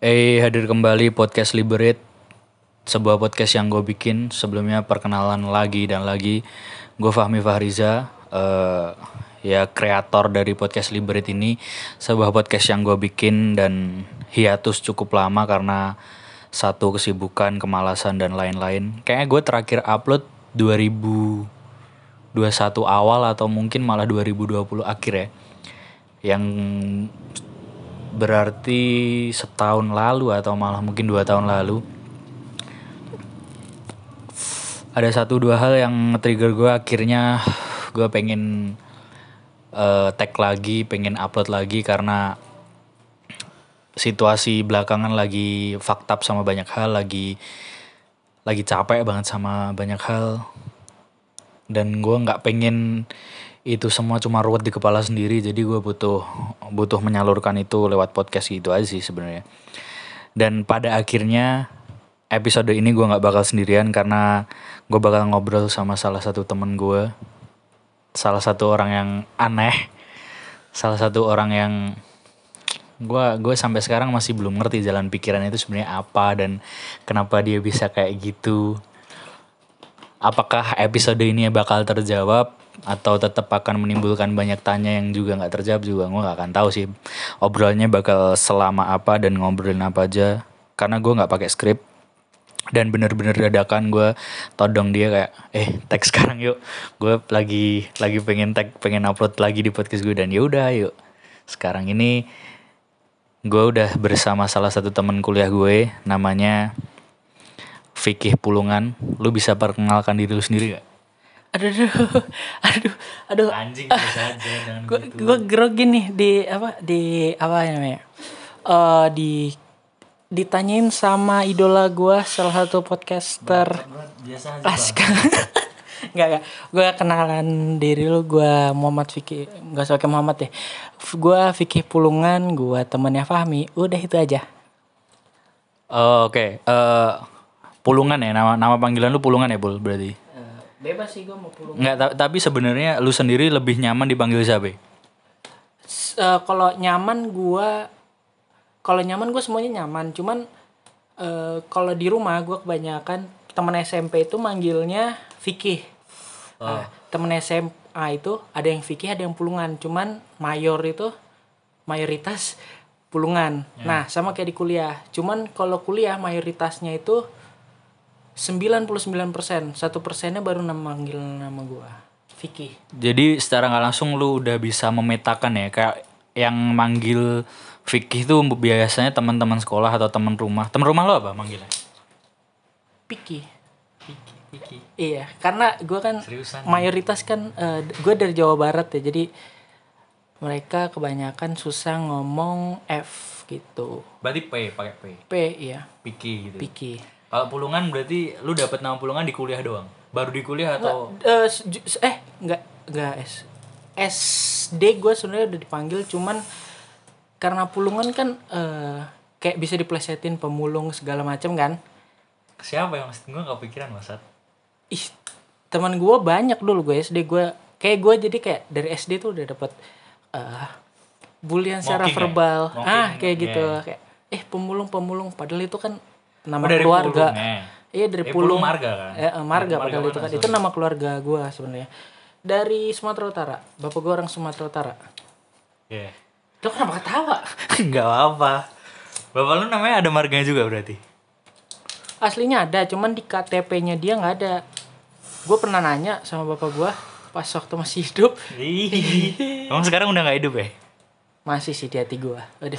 Hadir kembali podcast Liberate, sebuah podcast yang gue bikin. Sebelumnya perkenalan lagi dan lagi, gue Fahmi Fahriza, ya kreator dari podcast Liberate ini. Sebuah podcast yang gue bikin dan hiatus cukup lama karena satu kesibukan, kemalasan dan lain-lain. Kayaknya gue terakhir upload 2021 awal atau mungkin malah 2020 akhir ya. Yang berarti setahun lalu atau malah mungkin 2 tahun lalu. Ada 1-2 hal yang nge-trigger gue, akhirnya gue pengen tag lagi, pengen upload lagi karena situasi belakangan lagi fucked up sama banyak hal, lagi capek banget sama banyak hal, dan gue nggak pengen itu semua cuma ruwet di kepala sendiri. Jadi gue butuh menyalurkan itu lewat podcast gitu aja sih sebenarnya. Dan pada akhirnya episode ini gue nggak bakal sendirian karena gue bakal ngobrol sama salah satu temen gue, salah satu orang yang aneh, salah satu orang yang gue sampai sekarang masih belum ngerti jalan pikiran itu sebenarnya apa dan kenapa dia bisa kayak gitu. Apakah episode ini bakal terjawab atau tetap akan menimbulkan banyak tanya yang juga nggak terjawab juga gue nggak akan tahu sih. Obrolannya bakal selama apa dan ngobrolin apa aja karena gue nggak pakai skrip dan bener-bener dadakan. Gue todong dia kayak tag sekarang yuk, gue lagi pengen upload lagi di podcast gue, dan yaudah yuk. Sekarang ini gue udah bersama salah satu teman kuliah gue, namanya Fikih Pulungan. Lu bisa perkenalkan diri lu sendiri gak? Aduh. Anjing biasa aja, jangan gitu. Gue grogi nih di apa namanya? Ditanyain sama idola gue, salah satu podcaster. Biasa aja. Enggak. Gue kenalan diri lu, gue Muhammad Fikih. Enggak usah pakai Muhammad deh. Gue Fikih Pulungan, gue temannya Fahmi. Udah itu aja. Oke. Pulungan ya, nama panggilan lu Pulungan ya, Bul, berarti? Bebas sih gue mau Pulungan. Enggak, tapi sebenarnya lu sendiri lebih nyaman dipanggil siapa? Kalau nyaman gue semuanya nyaman. Cuman kalau di rumah gue kebanyakan temen SMP itu manggilnya Fikih. Temen SMA itu ada yang Fikih, ada yang Pulungan. Cuman mayoritas Pulungan. Nah sama kayak di kuliah. Cuman kalau kuliah mayoritasnya itu 99%, 1%-nya baru manggil nama gue Fikih. Jadi secara nggak langsung lu udah bisa memetakan ya, kayak yang manggil Fikih tuh biasanya teman-teman sekolah atau teman rumah. Teman rumah lo apa manggilnya? Fikih. Fikih. Iya, karena gue kan Seriusan? mayoritas kan gue dari Jawa Barat ya, jadi mereka kebanyakan susah ngomong F gitu. Berarti pakai P. P iya. Fikih gitu. Fikih. Kalau Pulungan berarti lu dapet nama Pulungan di kuliah doang. Baru di kuliah atau Enggak SD gue sebenarnya udah dipanggil, cuman karena Pulungan kan kayak bisa diplesetin pemulung segala macam kan. siapa yang mesti gue nggak pikiran Masat? Teman gue banyak dulu, gue SD gue jadi kayak dari SD tuh udah dapet bulian secara Mocking verbal ya? kayak gitu, kayak pemulung padahal itu kan nama dari keluarga. Pulung, Iya dari Pulung. Marga kan? Marga padahal itu kan. Itu nama keluarga gue sebenarnya. Dari Sumatera Utara. Bapak gue orang Sumatera Utara. Iya. Lo kenapa ketawa? Nggak apa. Bapak lu namanya ada marganya juga berarti? Aslinya ada, cuman di KTP-nya dia nggak ada. Gue pernah nanya sama bapak gue pas waktu masih hidup. Emang sekarang udah nggak hidup ya? Masih sih di hati gue. Udah.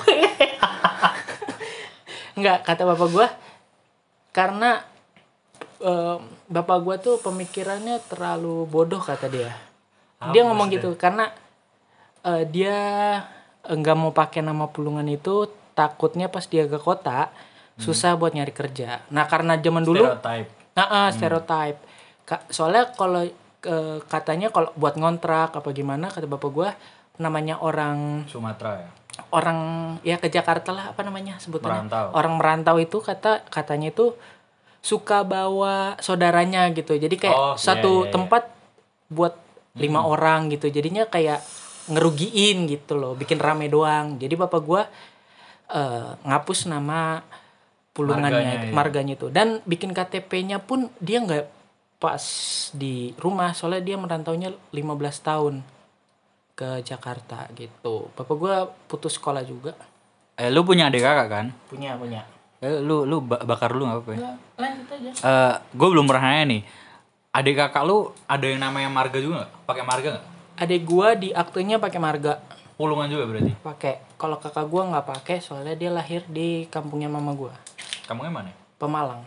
Nggak, kata bapak gue, karena bapak gue tuh pemikirannya terlalu bodoh, kata dia. Dia ngomong gitu karena dia nggak mau pakai nama Pulungan itu, takutnya pas dia ke kota susah buat nyari kerja. Nah karena zaman dulu stereotype. Soalnya kalau katanya kalau buat ngontrak apa gimana, kata bapak gue, namanya orang Sumatera ya? Orang ya ke Jakarta lah, apa namanya sebutannya, merantau. Orang merantau itu katanya itu suka bawa saudaranya gitu, jadi kayak tempat buat 5 orang gitu, jadinya kayak ngerugiin gitu loh, bikin rame doang. Jadi bapak gue ngapus nama Marganya, pulungannya, marganya itu, dan bikin KTP-nya pun dia nggak pas di rumah, soalnya dia merantaunya 15 tahun ke Jakarta gitu. Bapak gue putus sekolah juga. Lu punya adik kakak kan? Punya. Lu bakar lu nggak apa-apa ya? Nggak, lanjut aja. Gue belum pernah nanya nih. Adik kakak lu ada yang namanya marga juga nggak? Pakai marga nggak? Adik gue di aktenya pakai marga. Pulungan juga berarti? Pakai. Kalau kakak gue nggak pakai, soalnya dia lahir di kampungnya mama gue. Kampungnya mana? Pemalang.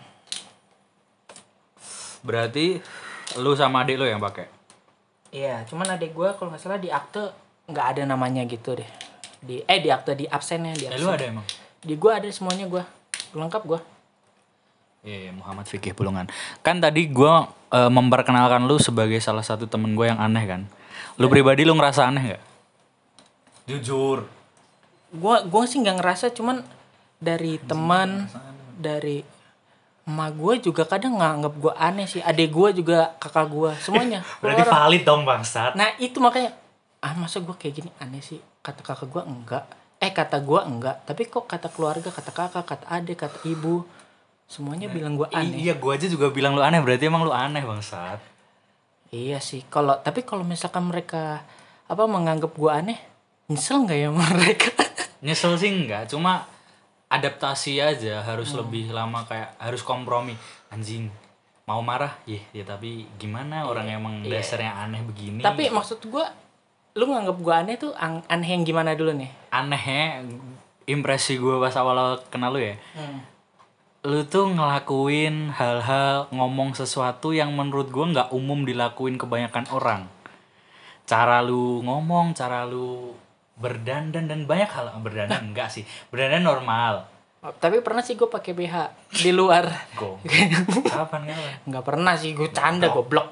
Berarti lu sama adik lu yang pakai? Iya, cuman adik gue kalau nggak salah di akte nggak ada namanya gitu deh. Di akte, di absennya, di absen. Lu ada emang? Di gue ada semuanya, gue lengkap gue. Iya, Muhammad Fikih Pulungan. Kan tadi gue memperkenalkan lu sebagai salah satu temen gue yang aneh kan. Lu pribadi lu ngerasa aneh nggak? Jujur. Gue sih nggak ngerasa, cuman dari teman, dari emak gue juga kadang nganggap gue aneh sih. Adik gue juga, kakak gue, semuanya. Berarti Orang. valid dong bangsat. Nah itu makanya, masa gue kayak gini aneh sih. Kata kakak gue enggak, kata gue enggak, tapi kok kata keluarga, kata kakak, kata adik, kata ibu, semuanya bilang gue aneh. Iya, gue aja juga bilang lu aneh, berarti emang lu aneh bangsat. Iya sih, tapi kalau misalkan mereka menganggap gue aneh, nyesel nggak ya mereka? Nyesel sih enggak, cuma adaptasi aja harus lebih lama, kayak harus kompromi. Anjing, mau marah ya tapi gimana orang emang dasarnya aneh begini. Tapi maksud gue, lu nganggap gue aneh tuh aneh yang gimana dulu nih? Anehnya, impresi gue pas awal kenal lu ya, lu tuh ngelakuin hal-hal, ngomong sesuatu yang menurut gue nggak umum dilakuin kebanyakan orang. Cara lu ngomong, cara lu berdandan, dan banyak hal. Berdandan enggak sih, berdandan normal. Tapi pernah sih gue pakai BH di luar. Kapan? Nggak pernah sih, gue canda goblok.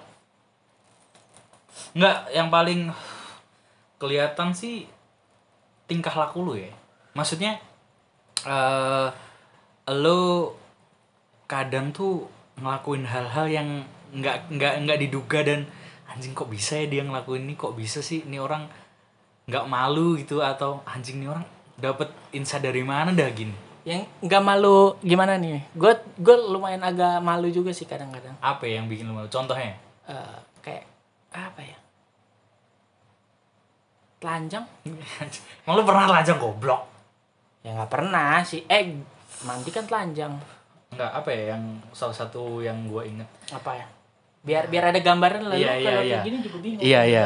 Nggak, yang paling kelihatan sih tingkah laku lu ya. Maksudnya lu kadang tuh ngelakuin hal-hal yang nggak diduga, dan anjing kok bisa ya dia ngelakuin ini, kok bisa sih ini orang nggak malu gitu, atau anjing nih orang dapet insight dari mana dah gini. Yang nggak malu gimana nih? Gue lumayan agak malu juga sih kadang-kadang. Apa yang bikin lu malu? Contohnya? Kayak apa ya? Telanjang? Emang lu pernah telanjang goblok? Ya nggak pernah sih. Mandi kan telanjang. Enggak, apa ya yang salah satu yang gue inget? Apa ya? Biar ada gambaran lah. Iya, kalau iya. kayak gini juga bingung. Iya.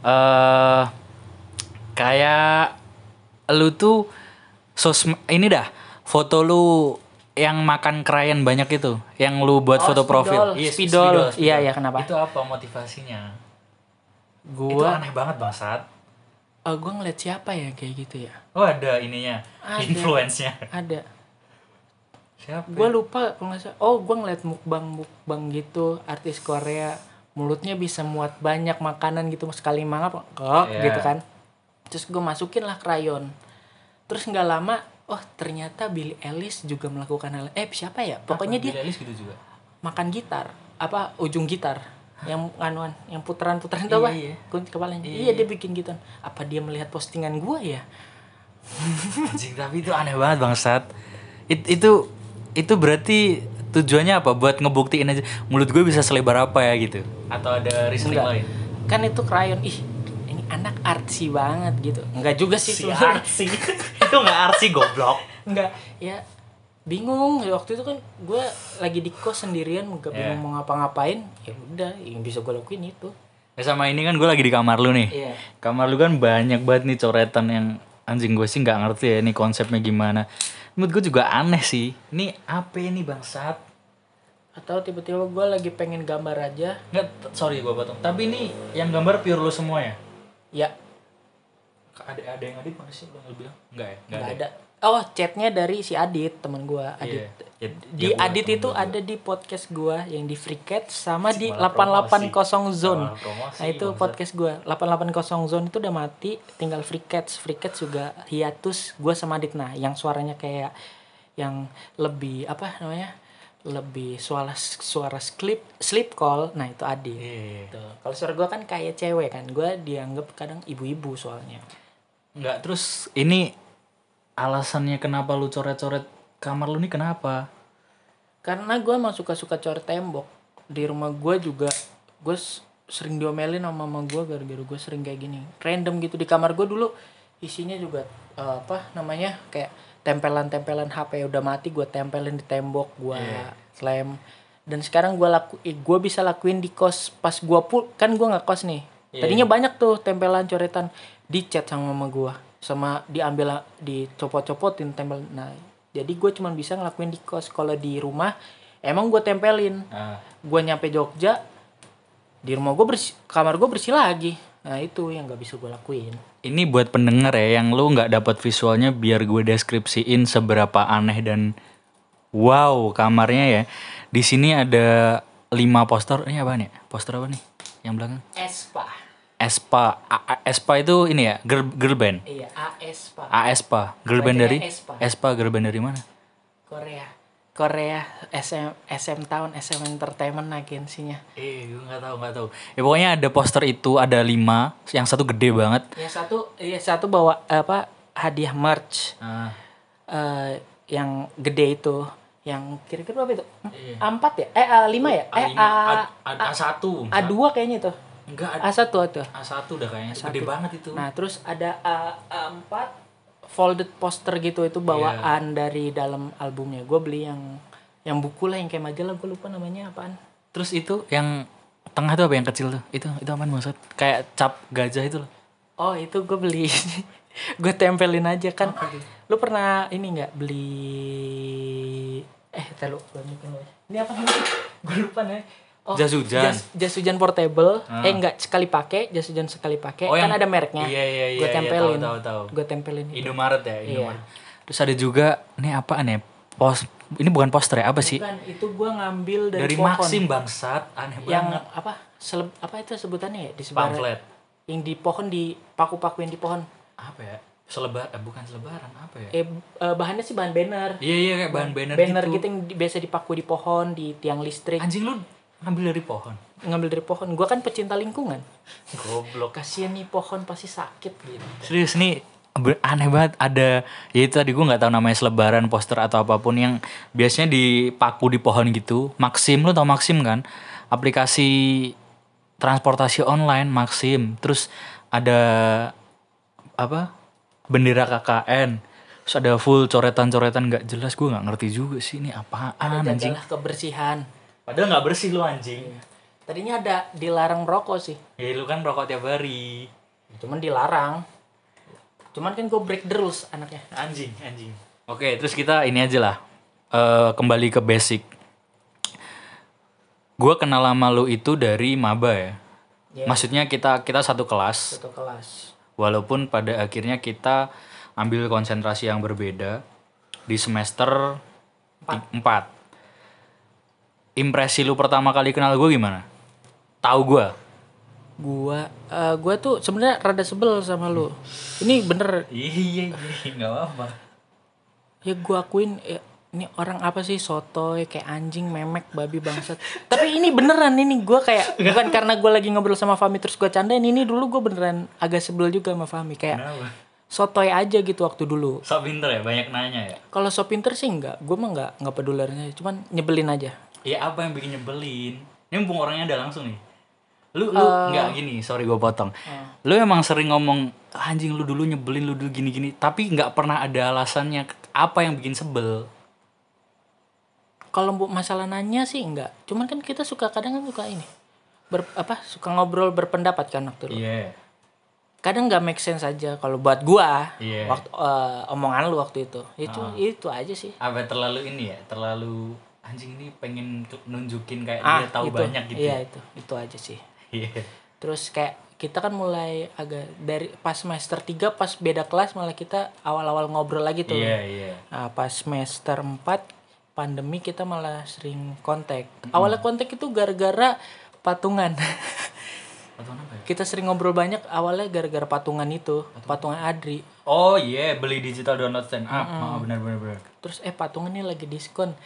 Kayak lu tuh ini dah foto lu yang makan krayon banyak itu, yang lu buat foto profil. Spidol. Iya, kenapa? Itu apa motivasinya? Itu Gua aneh banget bangsat. gue ngeliat siapa ya kayak gitu ya? Oh, ada ininya, influence-nya. Ada. Siapa? Gue lupa kalau nggak salah. Gue ngeliat mukbang gitu, artis Korea, mulutnya bisa muat banyak makanan gitu, sekali mangap gitu kan. Terus gue masukin lah krayon. Terus nggak lama, ternyata Billie Eilish juga melakukan hal. Siapa ya? Pokoknya dia Billie Eilish gitu juga. makan gitar, ujung gitar, yang anuan, yang putaran-putaran itu apa? Kunci kepalanya. Iya, dia bikin gitu. Apa dia melihat postingan gue ya? Anjing, tapi itu aneh banget bangsat. Itu berarti tujuannya apa? Buat ngebuktiin aja mulut gue bisa selebar apa ya gitu? Atau ada reasoning lain? Kan itu krayon. Ini anak artsy banget gitu. Enggak juga sih. Artsy. Itu nggak artsy goblok. Enggak, ya bingung. Waktu itu kan gue lagi di kos sendirian, nggak bingung mau ngapa-ngapain. Ya udah, yang bisa gue lakuin itu. Ya sama ini kan gue lagi di kamar lu nih. Iya. Kamar lu kan banyak banget nih coretan yang anjing, gue sih nggak ngerti ya ini konsepnya gimana. Menurut gue juga aneh sih. Ini apa ini bangsat? Atau tiba-tiba gue lagi pengen gambar aja. Nggak, sorry gue potong. Tapi ini yang gambar pure lu semua ya? Ya. Ada yang edit mana sih yang lu bilang? Enggak ya? Nggak ada. Chatnya dari si Adit, temen gue. Adit. Yeah. Di Adit itu ada di podcast gue yang di Freecats sama di 880 Zone. Nah itu podcast gue. 880 Zone itu udah mati, tinggal Freecats. Freecats juga hiatus, gue sama Adit. Nah, yang suaranya kayak yang lebih lebih suara sleep call. Nah, itu Adit. Kalau suara gue kan kayak cewek kan. Gue dianggap kadang ibu-ibu soalnya. Enggak, terus ini alasannya kenapa lu coret-coret kamar lu nih kenapa? Karena gue emang suka-suka coret tembok. Di rumah gue juga gue sering diomelin sama mama gue gara-gara gue sering kayak gini. Random gitu di kamar gue dulu isinya juga apa namanya kayak tempelan-tempelan HP udah mati gue tempelin di tembok, gue slam. Dan sekarang gue bisa lakuin di kos pas gue kan gue nggak kos nih. Tadinya banyak tuh tempelan coretan dicat sama mama gue, sama diambil dicopot-copotin tempel. Nah jadi gue cuma bisa ngelakuin di kos. Kalau di rumah emang gue tempelin. Gue nyampe Jogja di rumah gue kamar gue bersih lagi. Nah itu yang nggak bisa gue lakuin. Ini buat pendengar ya yang lu nggak dapat visualnya, biar gue deskripsiin seberapa aneh dan wow kamarnya ya. Di sini ada 5 poster. Ini apa nih? Poster apa nih? Yang belakang? Espa. Espa itu ini ya, girl band. Iya, Aespa. Aespa, girl band dari Espa. Espa, girl band dari mana? Korea SM Town, SM Entertainment agensinya. Gue nggak tahu. Ya pokoknya ada poster itu, ada 5, yang satu gede banget. Yang satu bawa apa hadiah merch. Yang gede itu, yang kira-kira berapa itu? A4 ya? A5 ya? A1. A2 kayaknya itu. Enggak, A1 tuh. A1 udah kayaknya. Gede banget itu. Nah, terus ada A4 folded poster gitu, itu bawaan dari dalam albumnya. Gue beli yang buku lah, yang kayak majalah, gue lupa namanya apaan. Terus itu yang tengah tuh apa, yang kecil tuh? Itu apaan maksud? Kayak cap gajah itu loh. Oh, itu gue beli. Gue tempelin aja kan. Lu pernah ini enggak beli ini apa namanya? Gue lupa nih. Oh, jas hujan. Jas hujan portable. Enggak sekali pakai, jas hujan sekali pakai. Kan ada mereknya. Iya. Gue tempelin. Tahu. Gue tempelin itu. Indomaret ya, Indomaret. Iya. Terus ada juga ini apaan ya? Ini bukan poster ya, apa sih? Bukan, itu gue ngambil dari pohon. Maxim bangsat, aneh yang banget. Apa itu sebutannya ya? Di sebaran. Pamflet. Yang di pohon, di paku-pakuin di pohon. Apa ya? Bukan selebaran, apa ya? Bahannya sih bahan banner. Iya, kayak bahan banner gitu yang biasa dipaku di pohon, di tiang listrik. Anjing, lu ngambil dari pohon? Ngambil dari pohon. Gua kan pecinta lingkungan. Goblok. Kasian nih pohon pasti sakit gitu. Serius nih, aneh banget. Ada, ya itu tadi gue nggak tahu namanya, selebaran, poster atau apapun yang biasanya dipaku di pohon gitu. Maxim, lu tau Maxim kan? Aplikasi transportasi online Maxim. Terus ada apa? Bendera KKN. Terus ada full coretan-coretan nggak jelas. Gue nggak ngerti juga sih ini apaan. Ada anjing. jagalah kebersihan. Padahal nggak bersih lu anjing. Tadinya ada dilarang merokok sih. Ya lu kan merokok tiap hari. Cuman dilarang. Cuman kan gue break the rules anaknya. Anjing. Oke, terus kita ini aja lah. Kembali ke basic. Gue kenal sama lu itu dari maba ya. Yeah. Maksudnya kita satu kelas. Walaupun pada akhirnya kita ambil konsentrasi yang berbeda di semester 4. Impresi lu pertama kali kenal gue gimana? Tahu gue? Gue tuh sebenarnya rada sebel sama lu. Ini bener. Iya, nggak apa-apa. Ya gue akuin, ini orang apa sih, sotoy, kayak anjing, memek, babi, bangsat. Tapi ini beneran, ini gue kayak bukan karena gue lagi ngobrol sama Fahmi terus gue candain. Ini dulu gue beneran agak sebel juga sama Fahmi, kayak kenapa? Sotoy aja gitu waktu dulu. Sok pinter ya, banyak nanya ya. Kalau sok pinter sih enggak, gue mah enggak pedulinya, cuman nyebelin aja. Ya apa yang bikin nyebelin? Ini mumpung orangnya ada langsung nih. Lu enggak gini, sorry gue potong. Lu emang sering ngomong anjing lu dulu nyebelin, lu dulu gini-gini, tapi enggak pernah ada alasannya apa yang bikin sebel. Kalau masalah nanya sih enggak. Cuman kan kita kadang suka ini. Suka ngobrol berpendapat kan waktu itu. Iya. Kadang enggak make sense aja kalau buat gua. Yeah. Waktu omongan lu waktu itu. Itu aja sih. Apa terlalu ini ya? Terlalu anjing ini pengen nunjukin kayak dia tahu banyak gitu. Iya, itu aja sih. Iya. Terus kayak kita kan mulai agak dari pas semester 3 pas beda kelas malah kita awal-awal ngobrol lagi tuh. Iya. Nah, pas semester 4 pandemi kita malah sering kontak. Awalnya kontak itu gara-gara patungan. Patungan apa ya? Kita sering ngobrol banyak awalnya gara-gara patungan itu, patungan Adri. Oh iya, beli digital download stand up. Benar. Terus patungan ini lagi diskon.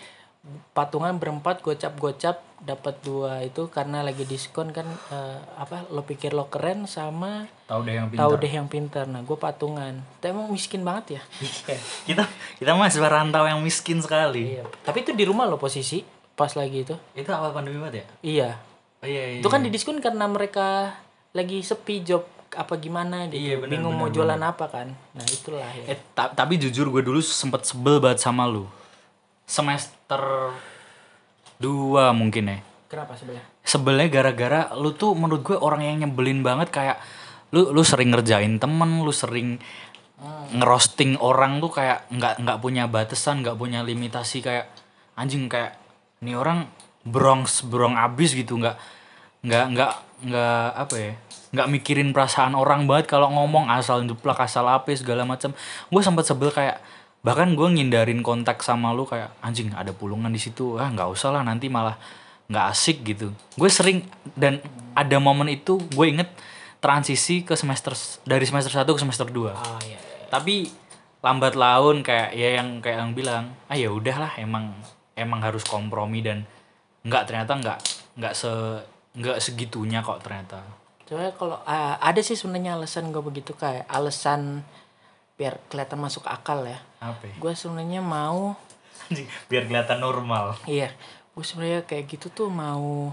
patungan berempat, gocap dapat 2 itu karena lagi diskon kan. Lo pikir lo keren sama Tahu deh yang tahu pintar. deh yang pintar. Nah gue patungan. Tapi emang miskin banget ya. kita masih rantau yang miskin sekali. Iya. Tapi itu di rumah lo posisi pas lagi itu. Itu awal pandemi banget ya? Iya. Oh iya. Itu kan didiskon karena mereka lagi sepi job apa gimana gitu. Iya, bener, bingung mau jualan apa kan. Nah itulah ya. Tapi jujur gue dulu sempet sebel banget sama lu. Semester 2 mungkin ya. Kenapa sebenarnya? Sebelnya gara-gara lu tuh menurut gue orang yang nyebelin banget, kayak lu sering ngerjain temen, lu sering ngerosting orang tuh kayak nggak punya batasan, nggak punya limitasi, kayak anjing, kayak ini orang brong abis gitu, nggak apa ya, nggak mikirin perasaan orang banget, kalau ngomong asal jeplak asal apa segala macam. Gue sempat sebel, kayak bahkan gue ngindarin kontak sama lu, kayak anjing ada pulungan di situ, nggak usah lah, nanti malah nggak asik gitu. Gue sering, dan ada momen itu gue inget transisi ke dari semester 1 ke semester 2. Oh iya. Tapi lambat laun kayak yang bilang, ya udahlah, emang harus kompromi, dan ternyata nggak segitunya kok ternyata. Soalnya kalau ada sih sebenarnya alasan gue begitu, kayak alasan biar kelihatan masuk akal ya. Apa? Gue sebenarnya mau Biar kelihatan normal. Iya, gue sebenarnya kayak gitu tuh mau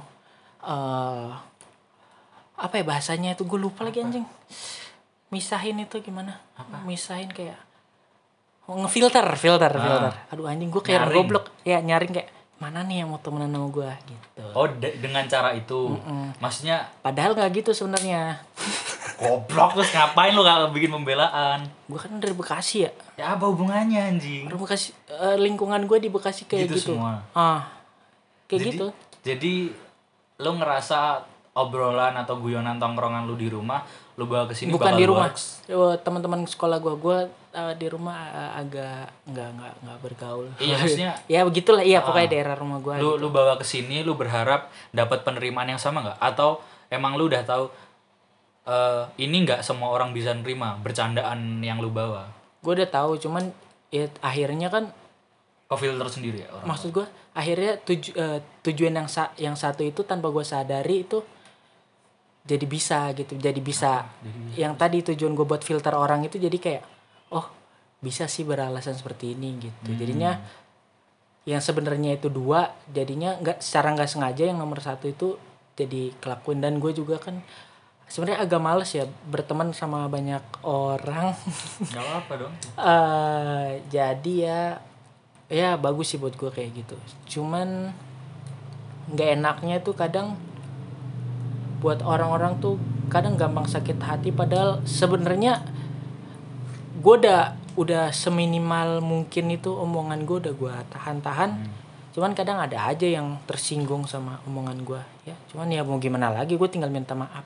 apa ya bahasanya itu, gue lupa lagi anjing. Misahin itu gimana? Misahin kayak ngefilter. Aduh anjing, gue kayak orang goblok. Ya nyaring kayak mana nih yang mau temenan sama gue gitu. Oh, dengan cara itu. Maksudnya Padahal nggak gitu sebenarnya. goblok, terus ngapain lu gak bikin pembelaan? Gue kan dari Bekasi ya. Ya apa hubungannya anjing? Orang Bekasi, lingkungan gue di Bekasi kayak gitu. Semua. Kayak gitu. Jadi lu ngerasa obrolan atau guyonan tongkrongan lu di rumah, lu bawa ke sini? Bukan bakal di rumah. works? Teman-teman sekolah gue di rumah agak nggak bergaul. Iya, maksudnya Ya begitulah, iya pokoknya daerah rumah gue. lu bawa ke sini, lu berharap dapat penerimaan yang sama nggak? Atau emang lu udah tahu ini nggak semua orang bisa nerima bercandaan yang lu bawa? Gue udah tahu, cuman ya akhirnya kan Ke filter sendiri ya orang. maksud gue akhirnya tujuan yang satu itu tanpa gue sadari itu jadi bisa gitu, jadi bisa. Yang tadi tujuan gue buat filter orang itu jadi kayak oh bisa sih beralasan seperti ini gitu. Jadinya yang sebenarnya itu 2 jadinya secara nggak sengaja yang nomor 1 itu jadi kelakuin. Dan gue juga kan sebenarnya agak males ya berteman sama banyak orang. Gak apa dong. Jadi ya bagus sih buat gue kayak gitu. Cuman nggak enaknya tuh kadang buat orang-orang tuh kadang gampang sakit hati, padahal sebenarnya gue udah seminimal mungkin itu omongan gue udah gue tahan. Cuman kadang ada aja yang tersinggung sama omongan gue ya. Cuman ya mau gimana lagi, gue tinggal minta maaf.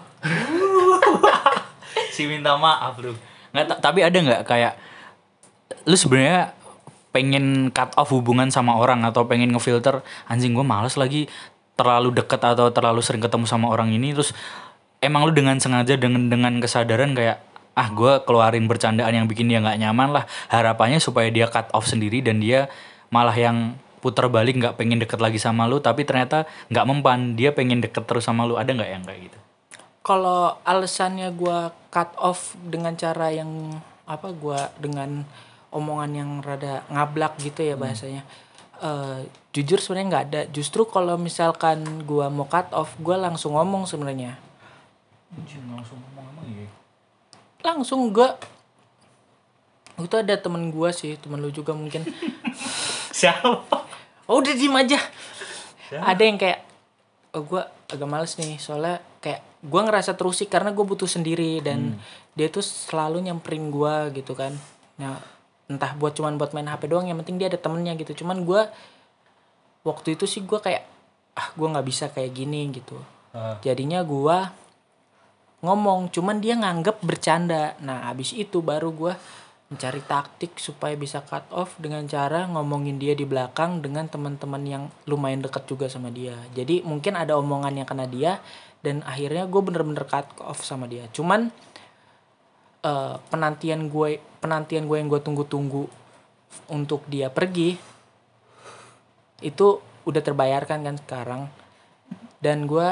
Si minta maaf lu. Nggak, tapi ada nggak kayak lu sebenarnya pengen cut off hubungan sama orang, atau pengen ngefilter, anjing gue males lagi terlalu dekat atau terlalu sering ketemu sama orang ini, terus emang lu dengan sengaja dengan kesadaran kayak gue keluarin bercandaan yang bikin dia nggak nyaman lah, harapannya supaya dia cut off sendiri dan dia malah yang putar balik, nggak pengen deket lagi sama lu, tapi ternyata nggak mempan, dia pengen deket terus sama lu. Ada nggak yang kayak gitu? Kalau alasannya gue cut off dengan cara yang gue dengan omongan yang rada ngablak gitu ya bahasanya, jujur sebenarnya nggak ada. Justru kalau misalkan gue mau cut off, gue langsung ngomong sebenarnya. Langsung ngomong emang ya? Langsung gue itu ada temen gue sih, temen lu juga mungkin. Siapa? Oh udah diem aja. Ada yang kayak gue agak males nih soalnya kayak gue ngerasa terusik karena gue butuh sendiri, dan dia tuh selalu nyamperin gue gitu kan. Nah entah cuman buat main HP doang, yang penting dia ada temennya gitu. Cuman gue waktu itu sih gue kayak gue nggak bisa kayak gini gitu. Jadinya gue ngomong, cuman dia nganggep bercanda. Nah abis itu baru gue mencari taktik supaya bisa cut off dengan cara ngomongin dia di belakang dengan teman-teman yang lumayan dekat juga sama dia. Jadi mungkin ada omongan yang kena dia, dan akhirnya gue bener-bener cut off sama dia. Cuman penantian gue yang gue tunggu-tunggu untuk dia pergi itu udah terbayarkan kan sekarang. Dan gue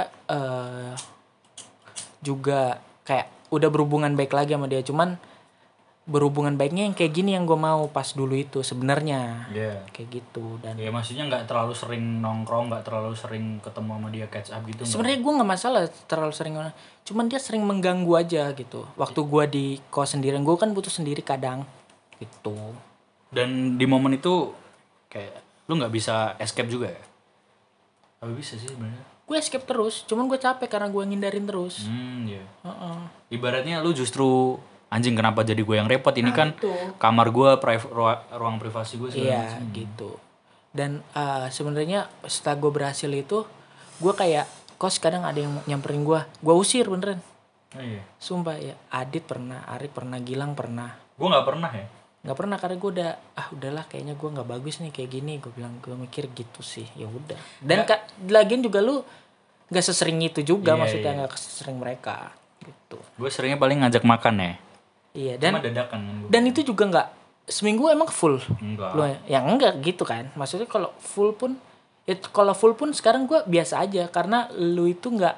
juga kayak udah berhubungan baik lagi sama dia, cuman berhubungan baiknya yang kayak gini yang gue mau pas dulu itu sebenarnya. Kayak gitu. Dan ya maksudnya nggak terlalu sering nongkrong, nggak terlalu sering ketemu sama dia, catch up gitu. Sebenarnya gue nggak masalah terlalu sering, cuman dia sering mengganggu aja gitu. Waktu gue di kos sendirian, gue kan butuh sendiri kadang gitu. Dan di momen itu kayak lu nggak bisa escape juga ya? Apa bisa sih sebenarnya? Gue escape terus, cuman gue capek karena gue ngindarin terus. Iya. Ibaratnya lu justru anjing kenapa jadi gue yang repot, ini kan itu. kamar gue, ruang privasi gue segala Iya macam. gitu. Dan sebenarnya setelah gue berhasil itu, gue kayak kos kadang ada yang nyamperin gue usir beneran. Oh, iya. Sumpah ya, Adit pernah, Arik pernah, Gilang pernah. Gue nggak pernah ya. Nggak pernah karena gue udah udahlah kayaknya gue nggak bagus nih kayak gini, gue bilang, gue mikir gitu sih, ya udah. Dan lagian juga lu nggak sesering itu juga, maksudnya nggak sesering mereka gitu. Gue seringnya paling ngajak makan ya. Iya, Cuma dadakan kan gue. dan itu juga nggak seminggu emang full. Enggak. Lu yang enggak gitu kan, maksudnya kalau full pun sekarang gue biasa aja karena lu itu nggak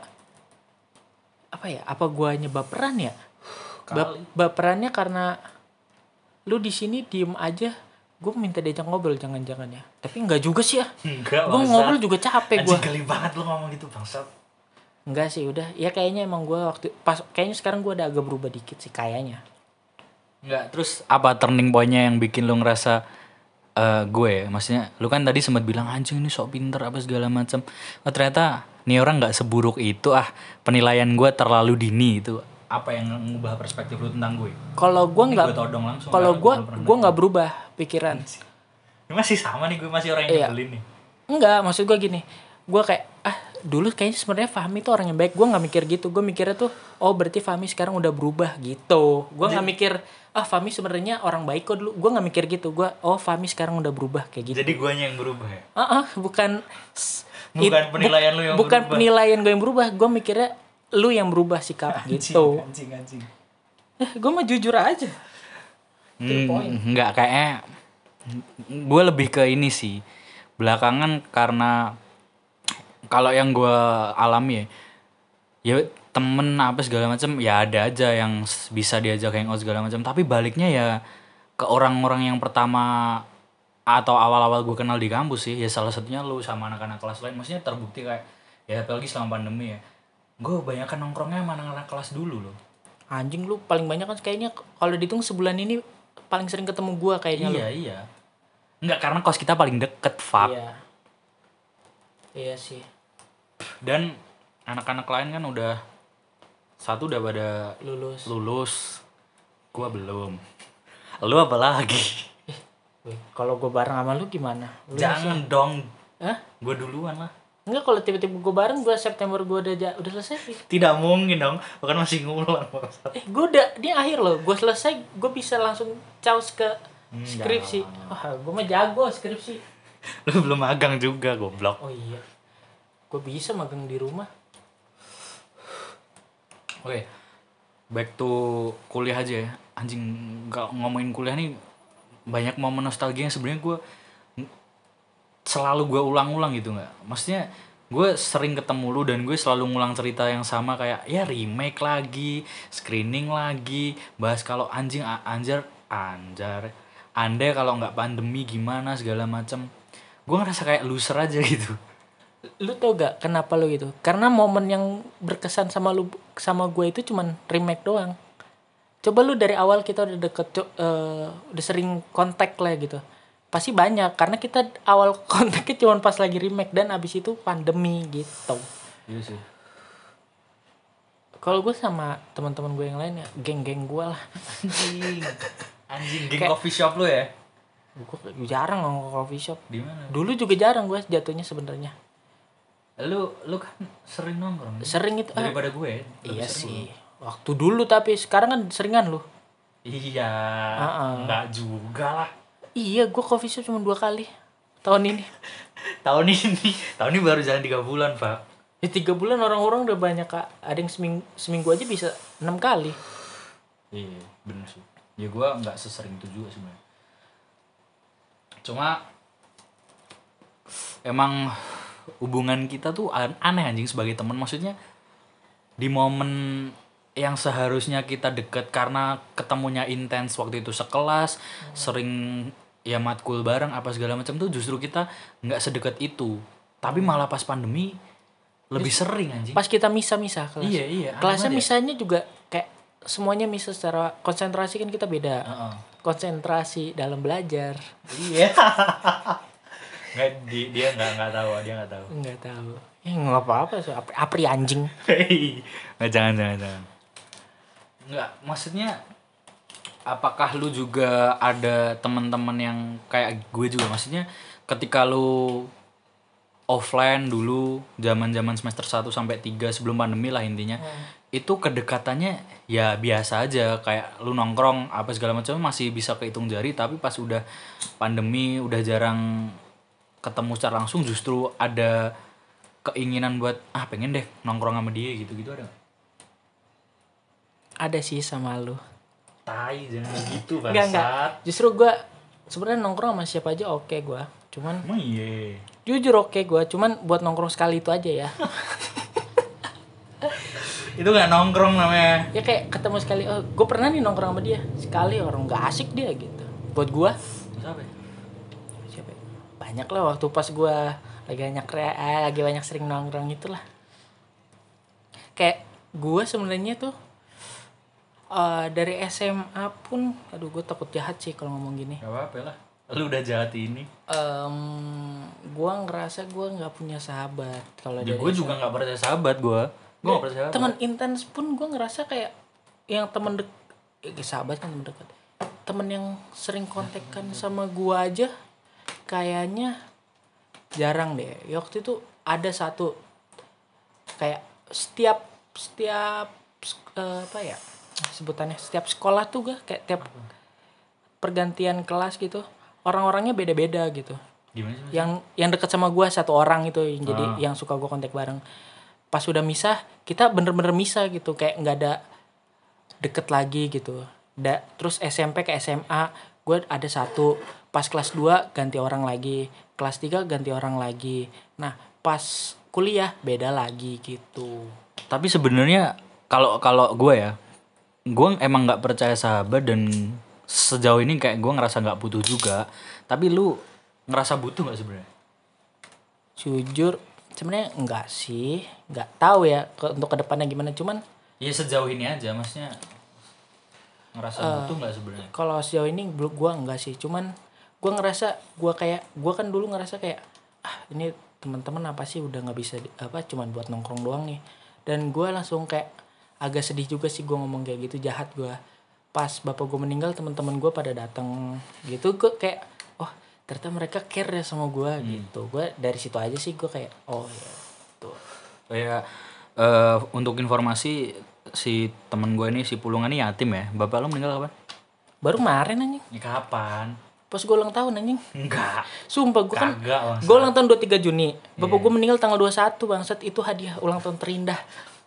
apa guanya baperan ya. Baperannya karena lu di sini diem aja, gue minta diajak ngobrol jangan-jangan ya, tapi enggak juga sih ya. Enggak, gue ngobrol juga capek gue. Anjing geli banget lu ngomong gitu bangsat. Enggak sih, udah ya kayaknya emang gue kayaknya sekarang gue ada agak berubah dikit sih kayaknya. Enggak, terus apa turning point-nya yang bikin lu ngerasa gue, maksudnya lu kan tadi sempat bilang anjing ini sok pinter apa segala macam. Oh, ternyata nih orang nggak seburuk itu, penilaian gue terlalu dini itu. Apa yang mengubah perspektif lu tentang gue? Kalau gue nggak, kalau gue nggak berubah pikiran. Ini masih sama nih, gue masih orang yang nyebelin nih. Enggak, maksud gue gini, gue kayak dulu kayaknya sebenarnya Fahmi tuh orang yang baik. Gue nggak mikir gitu, gue mikirnya tuh berarti Fahmi sekarang udah berubah gitu. Gue nggak mikir Fahmi sebenarnya orang baik kok dulu. Gue nggak mikir gitu. Gue Fahmi sekarang udah berubah kayak gitu. Jadi guanya yang berubah ya? Bukan penilaian lu yang bukan berubah. penilaian gue yang berubah. Gue mikirnya lu yang berubah sikap gitu. Anjing. Gue mah jujur aja. Enggak, kayaknya gue lebih ke ini sih. Belakangan karena kalau yang gue alami ya temen apa segala macam ya ada aja yang bisa diajak hangout segala macam, tapi baliknya ya ke orang-orang yang pertama atau awal-awal gue kenal di kampus sih, ya salah satunya lu sama anak-anak kelas lain. Maksudnya terbukti kayak ya apalagi selama pandemi ya, gue kebanyakan nongkrongnya sama anak-anak kelas dulu loh. Anjing, lu paling banyak kan kayaknya kalau dihitung sebulan ini paling sering ketemu gue kayaknya. Iya. Enggak, karena kos kita paling deket, fuck. Iya sih. Dan anak-anak lain kan udah satu udah pada lulus. Gua belum. Lu apa lagi? Kalau gue bareng sama lu gimana? Lu jangan dong. Gue duluan lah. Enggak, kalau tiba-tiba gue bareng, gue September gue udah selesai. Tidak mungkin dong, bahkan masih ngulang. Gue udah, dia akhir loh, gue selesai, gue bisa langsung caus ke skripsi. Gue mah jago skripsi. Lu belum magang juga, goblok. Oh iya, gue bisa magang di rumah. Oke, back to kuliah aja ya. Anjing, kalau ngomongin kuliah nih banyak momen nostalgia yang sebenarnya gue selalu gue ulang-ulang gitu nggak? Maksudnya gue sering ketemu lu dan gue selalu ngulang cerita yang sama, kayak ya remake lagi, screening lagi, bahas kalau anjar andai kalau nggak pandemi gimana segala macam. Gue ngerasa kayak loser aja gitu. Lu tau gak kenapa lu gitu? Karena momen yang berkesan sama lu sama gue itu cuman remake doang. Coba lu dari awal kita udah deket, udah sering kontak lah gitu, pasti banyak, karena kita awal kontaknya cuma pas lagi remake dan abis itu pandemi gitu. Iya sih. Kalau gue sama teman-teman gue yang lain ya geng-geng gue lah. Anjing geng coffee shop lu ya? Gue jarang ngomong coffee shop. Di mana? Dulu juga jarang gue jatuhnya sebenarnya. Lu kan sering nongkrong. Sering itu daripada gue. Iya sih. Waktu dulu, tapi sekarang kan seringan lu. Iya. Enggak juga lah. Iya, gue coffee shop cuma 2 kali tahun ini. tahun ini baru jalan 3 bulan, Pak. Ya 3 bulan orang-orang udah banyak, Kak. Ada yang seminggu aja bisa 6 kali. Iya, bener sih. Ya gue nggak sesering itu juga sebenarnya. Cuma emang hubungan kita tuh aneh anjing sebagai teman. Maksudnya di momen yang seharusnya kita deket karena ketemunya intens waktu itu sekelas, sering ya matkul bareng apa segala macam tuh, justru kita nggak sedekat itu. Tapi malah pas pandemi lebih sering anjing. Pas kita misah-misah kelas. Iya, Kelasnya aneh banget ya. misahnya juga kayak semuanya misah secara konsentrasi kan kita beda. Heeh. Konsentrasi dalam belajar. Iya. Nggak, dia nggak tahu, dia nggak tahu. Enggak tahu. Ya enggak apa-apa, so. Apri anjing. Nggak, jangan. Nggak, maksudnya apakah lu juga ada teman-teman yang kayak gue juga, maksudnya ketika lu offline dulu zaman-zaman semester 1 sampai 3 sebelum pandemi lah intinya, itu kedekatannya ya biasa aja, kayak lu nongkrong apa segala macam masih bisa kehitung jari, tapi pas udah pandemi udah jarang ketemu secara langsung, justru ada keinginan buat pengen deh nongkrong sama dia gitu-gitu, ada nggak? Ada sih sama lu. Tai, jangan gitu Enggak. bangsat. Justru gue sebenarnya nongkrong sama siapa aja oke gue. Cuman Emang iya. jujur oke gue, cuman buat nongkrong sekali itu aja ya. Itu gak nongkrong namanya. Ya kayak ketemu sekali, oh gue pernah nih nongkrong sama dia sekali, orang nggak asik dia gitu. Buat gue Siapa ya? siapa ya? Banyak lah waktu pas gue lagi banyak sering nongkrong itulah. Kayak gue sebenarnya tuh dari SMA pun, aduh gue takut jahat sih kalau ngomong gini. Gak apa-apa lah. Lu udah jahat ini. Gue ngerasa gue nggak punya sahabat kalau Ya dari gue juga gak percaya sahabat gue. Gue gak percaya sahabat. teman intens pun gue ngerasa kayak yang temen sahabat kan temen dekat, temen yang sering kontekan sama gue aja kayaknya jarang deh. Ya, waktu itu ada satu kayak setiap apa ya sebutannya, setiap sekolah tuh gue kayak tiap pergantian kelas gitu orang-orangnya beda-beda gitu. Gimana sih? Yang dekat sama gue satu orang itu yang jadi yang suka gue kontak bareng. Pas udah misah kita bener-bener misah gitu, kayak nggak ada deket lagi gitu. Terus SMP ke SMA gue ada satu, pas kelas 2 ganti orang lagi, kelas 3 ganti orang lagi. Nah pas kuliah beda lagi gitu. Tapi sebenarnya kalau gue ya, gue emang nggak percaya sahabat, dan sejauh ini kayak gue ngerasa nggak butuh juga. Tapi lu ngerasa butuh nggak sebenarnya? Jujur sebenarnya enggak sih, nggak tahu ya untuk kedepannya gimana. Cuman Ya sejauh ini aja, maksudnya ngerasa butuh nggak sebenarnya? kalau sejauh ini gue enggak sih. Cuman gue ngerasa gue kan dulu ngerasa kayak ini teman-teman apa sih udah nggak bisa cuman buat nongkrong doang nih. Dan gue langsung kayak agak sedih juga sih gue ngomong kayak gitu, jahat gue. Pas bapak gue meninggal teman-teman gue pada datang gitu, gue kayak oh ternyata mereka care ya sama gue gitu. Gue dari situ aja sih gue kayak oh ya tuh. Kayak untuk informasi, si temen gue ini, si Pulungan ini yatim ya. Bapak lo meninggal kapan? Baru kemarin anjing, Ini kapan? pas gue ulang tahun anjing. Enggak. Sumpah gue kan Kagak, bangsat. gue ulang tahun 23 Juni. Bapak gue meninggal tanggal 21 bangsat. Itu hadiah ulang tahun terindah.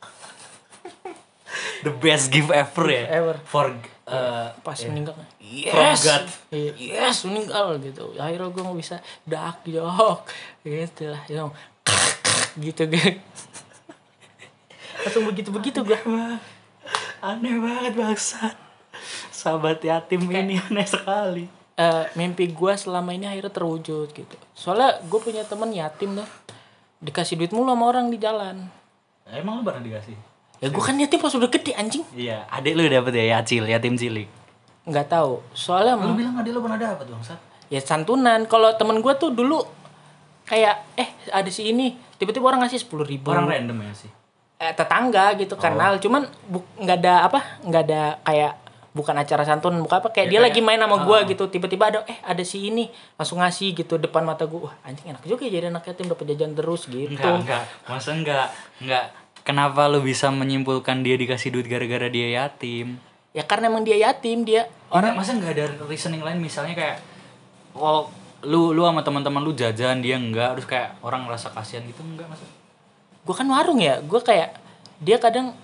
The best gift ever ya. Ever. Pas meninggal. Yes. God. Yes meninggal gitu. Akhirnya gue nggak bisa dak jok. Gitu lah. Gitu gue. Langsung begitu gue. Aneh banget bangsat. Sahabat yatim ini aneh sekali. Mimpi gue selama ini akhirnya terwujud gitu. Soalnya gue punya temen yatim tuh, dikasih duit mulu sama orang di jalan. Emang lu pernah dikasih? Ya gue kan yatim pas udah gede anjing. Iya, adik lu dapet ya, yatim cilik. Nggak tahu. Soalnya Lu bilang adik lu pernah dapet bangsat. ya santunan. Kalau temen gue tuh dulu kayak ada si ini, tiba-tiba orang ngasih 10.000. Orang random ya sih. Tetangga gitu kenal, cuman nggak ada kayak bukan acara santun, bukan apa, kayak Ya, dia kayak, lagi main sama gua gitu, tiba-tiba ada si ini langsung ngasih gitu depan mata gua. Wah anjing enak juga ya jadi anak yatim dapat jajan terus gitu. Enggak. Masa enggak. Kenapa lu bisa menyimpulkan dia dikasih duit gara-gara dia yatim? Ya karena emang dia yatim, dia Orang masa enggak ada reasoning lain, misalnya kayak lu sama teman-teman lu jajan, dia enggak, terus kayak orang ngerasa kasihan gitu, enggak masa? gua kan warung ya, gua kayak dia kadang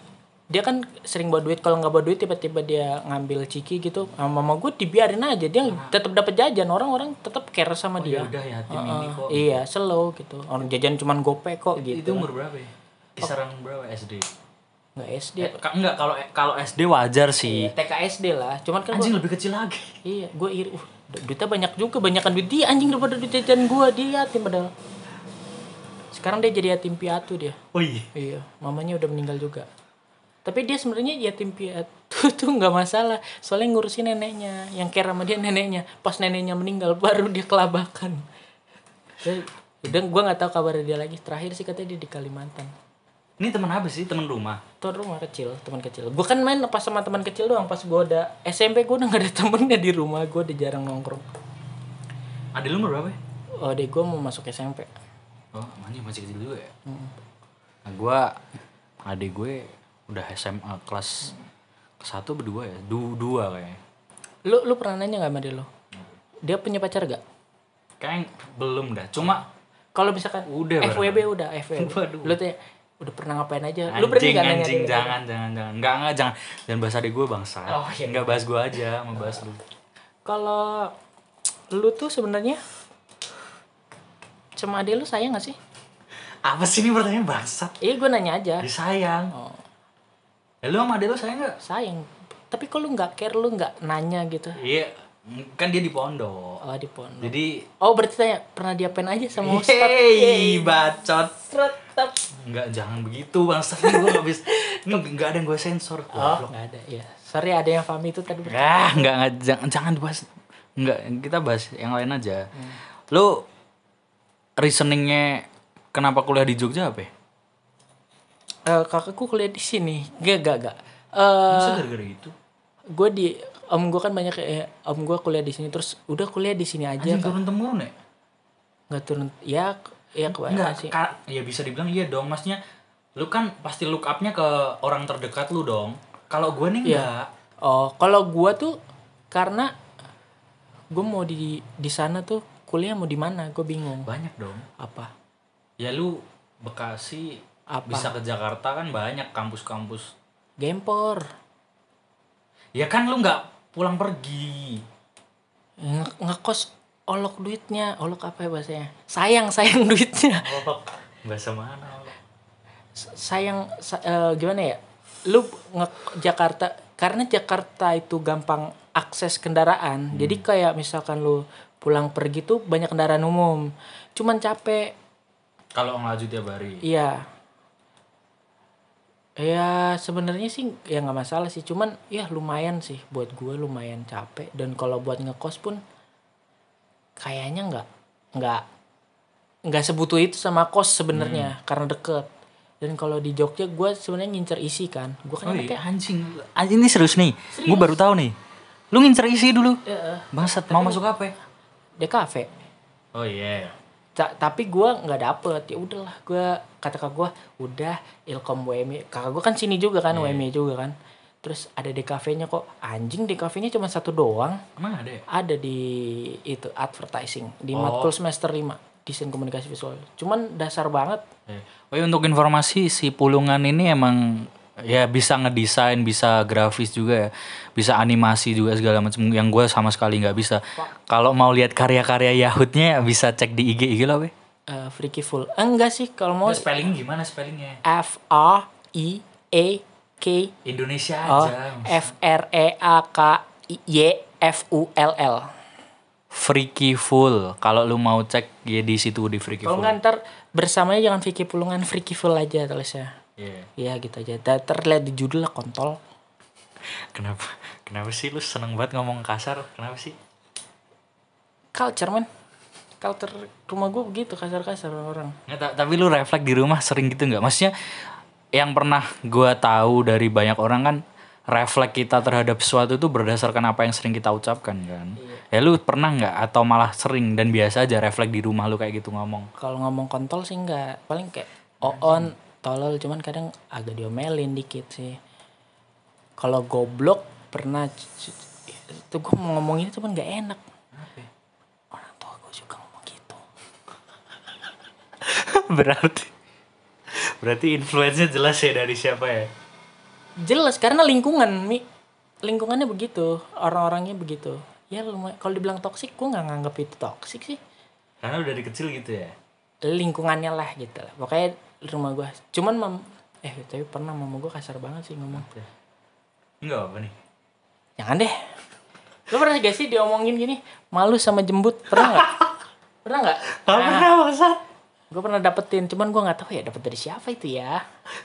dia kan sering bawa duit, kalau nggak bawa duit tiba-tiba dia ngambil ciki gitu, sama mama gue dibiarin aja, dia tetap dapat jajan, orang-orang tetap care sama dia. udah yatim ini kok. Iya, slow gitu, orang jajan cuman gope kok Itu gitu. umur berapa ya? Kisaran berapa SD? Nggak SD, Enggak, kalau SD wajar sih. TK SD lah, cuman kan Anjing lebih kecil lagi. iya, gue iri, duitnya banyak juga, banyakan duit dia anjing daripada duit jajan gue, dia yatim padahal. Sekarang dia jadi yatim piatu dia. Oh iya. Iya, mamanya udah meninggal juga. Tapi dia sebenarnya yatim piatu tuh nggak masalah, soalnya ngurusin neneknya, yang care sama dia neneknya. Pas neneknya meninggal baru dia kelabakan. Udah gue nggak tahu kabar dia lagi. Terakhir sih katanya dia di Kalimantan. Ini teman apa sih? Teman rumah. Tuh rumah kecil, teman kecil. Gue kan main pas sama teman kecil doang. Pas gue udah SMP gue udah gak ada temennya di rumah. Gue udah jarang nongkrong. Adek lu umur berapa ya? Oh, adek gue mau masuk SMP. Oh, masih kecil juga ya. Nah, adik gue udah SMA kelas 1 berdua ya, dua kayaknya. Lu pernah nanya nggak sama dia lo? Dia punya pacar gak? Kayaknya belum dah. Cuma Kalau misalkan udah FWB udah FWB. Waduh. Lu tanya udah pernah ngapain aja? Lu berani gak nanya anjing, dia? jangan. Enggak, jangan bahas adik gue bangsa. Oh, iya. Enggak bahas gue aja, mau bahas lu. Kalau lu tuh sebenarnya sama adek lu sayang gak sih? Apa sih ini pertanyaan bangsat? Iya, gue nanya aja. Disayang. Oh, Ya lu sama adek lu sayang enggak? sayang. Tapi kok lu nggak care, lu nggak nanya gitu? Iya, kan dia di pondok. Oh, di pondok. Jadi Oh, berarti tanya pernah diapain aja sama Ustadz? hey, bacot. Tetap. Enggak, jangan begitu bangsat. Ini gue enggak bisa. Ini enggak ada yang gue sensor. Oh, nggak ada. Iya. Sorry, ada yang Fahmi itu tadi. Enggak, jangan dibahas. Enggak, kita bahas yang lain aja. Lu reasoningnya kenapa kuliah di Jogja apa ya? Kakakku kuliah di sini. Gak. Masa gara-gara itu? Gue di om gue kan banyak om gue kuliah di sini, terus udah kuliah di sini aja. Anjing turun temurun ya? Nggak turun, ya kebanyakan Enggak, sih. ya bisa dibilang iya dong. Maksudnya lu kan pasti look up-nya ke orang terdekat lu dong. Kalau gue nih enggak. Oh, kalau gue tuh karena gue mau di sana tuh kuliah mau di mana, gue bingung. Banyak dong. Apa? Ya lu Bekasi Apa? bisa ke Jakarta kan banyak kampus-kampus. Gempor. Ya kan lu nggak pulang pergi. Ngekos olok duitnya, olok apa ya bahasanya? Sayang duitnya. Oh, bahasa mana? Gimana ya? Lu Jakarta, karena Jakarta itu gampang akses kendaraan. Jadi kayak misalkan lu pulang pergi tuh banyak kendaraan umum. Cuman capek. Kalau ngelaju tiap hari. Iya. Ya sebenarnya sih ya nggak masalah sih, cuman ya lumayan sih buat gue, lumayan capek. Dan kalau buat ngekos pun kayaknya nggak sebutuh itu sama kos sebenarnya, karena deket. Dan kalau di Jogja gue sebenarnya ngincer isi kan, gue kan iya, kayak anjing ini serius nih. Gue baru tahu nih. Lu ngincer isi dulu. Bangsat, mau masuk apa? DKV. Oh iya. Tapi gue nggak dapet. Ya udahlah, gue kata kakak gue udah Ilkom WMI. Kakak gue kan sini juga kan, WMI juga kan. Terus ada DKV-nya kok. Anjing, DKV-nya cuma satu doang. Emang ada ya? Ada di itu advertising di matkul semester 5 desain komunikasi visual. Cuman dasar banget. Oh iya, untuk informasi si Pulungan ini emang ya bisa ngedesain, bisa grafis juga ya, bisa animasi juga segala macam yang gue sama sekali nggak bisa. Kalau mau lihat karya-karya Yahudnya bisa cek di IG lah weh. Freaky Full. Enggak sih kalau mau Spelling gimana spellingnya? FREAK Indonesia aja. FREAKYFULL. Freaky Full. Kalau lu mau cek ya di situ di Freaky Kalau Full. nggak ntar bersamanya jangan Vicky Pulungan, Freaky Full aja tulisnya. Iya gitu aja. Terlihat di judul lah, kontol. Kenapa sih lu seneng banget ngomong kasar? Kenapa sih? Culture man. Culture rumah gue begitu, kasar-kasar orang. Nggak, tapi lu refleks di rumah sering gitu nggak? Maksudnya yang pernah gue tahu dari banyak orang kan, refleks kita terhadap sesuatu itu berdasarkan apa yang sering kita ucapkan kan. Ya lu pernah nggak atau malah sering dan biasa aja refleks di rumah lu kayak gitu ngomong? Kalau ngomong kontol sih enggak, paling kayak on tolol, cuman kadang agak diomelin dikit sih. Kalau goblok pernah itu gue mau ngomong ini cuman nggak enak. Orang tua gue juga ngomong gitu. Berarti influence-nya jelas ya dari siapa ya? Jelas karena lingkungannya begitu, orang-orangnya begitu. Ya kalau dibilang toksik, gue nggak nganggap itu toksik sih. Karena udah dari kecil gitu ya. Lingkungannya lah gitu lah. Pokoknya rumah gue. Cuman tapi pernah mama gue kasar banget sih ngomong. Enggak apa nih. Jangan deh. Lo pernah gak sih diomongin gini, malu sama jembut? Pernah nggak? Pernah nggak? Gak pernah maksud. Gue pernah dapetin, cuman gue nggak tahu ya dapet dari siapa itu ya.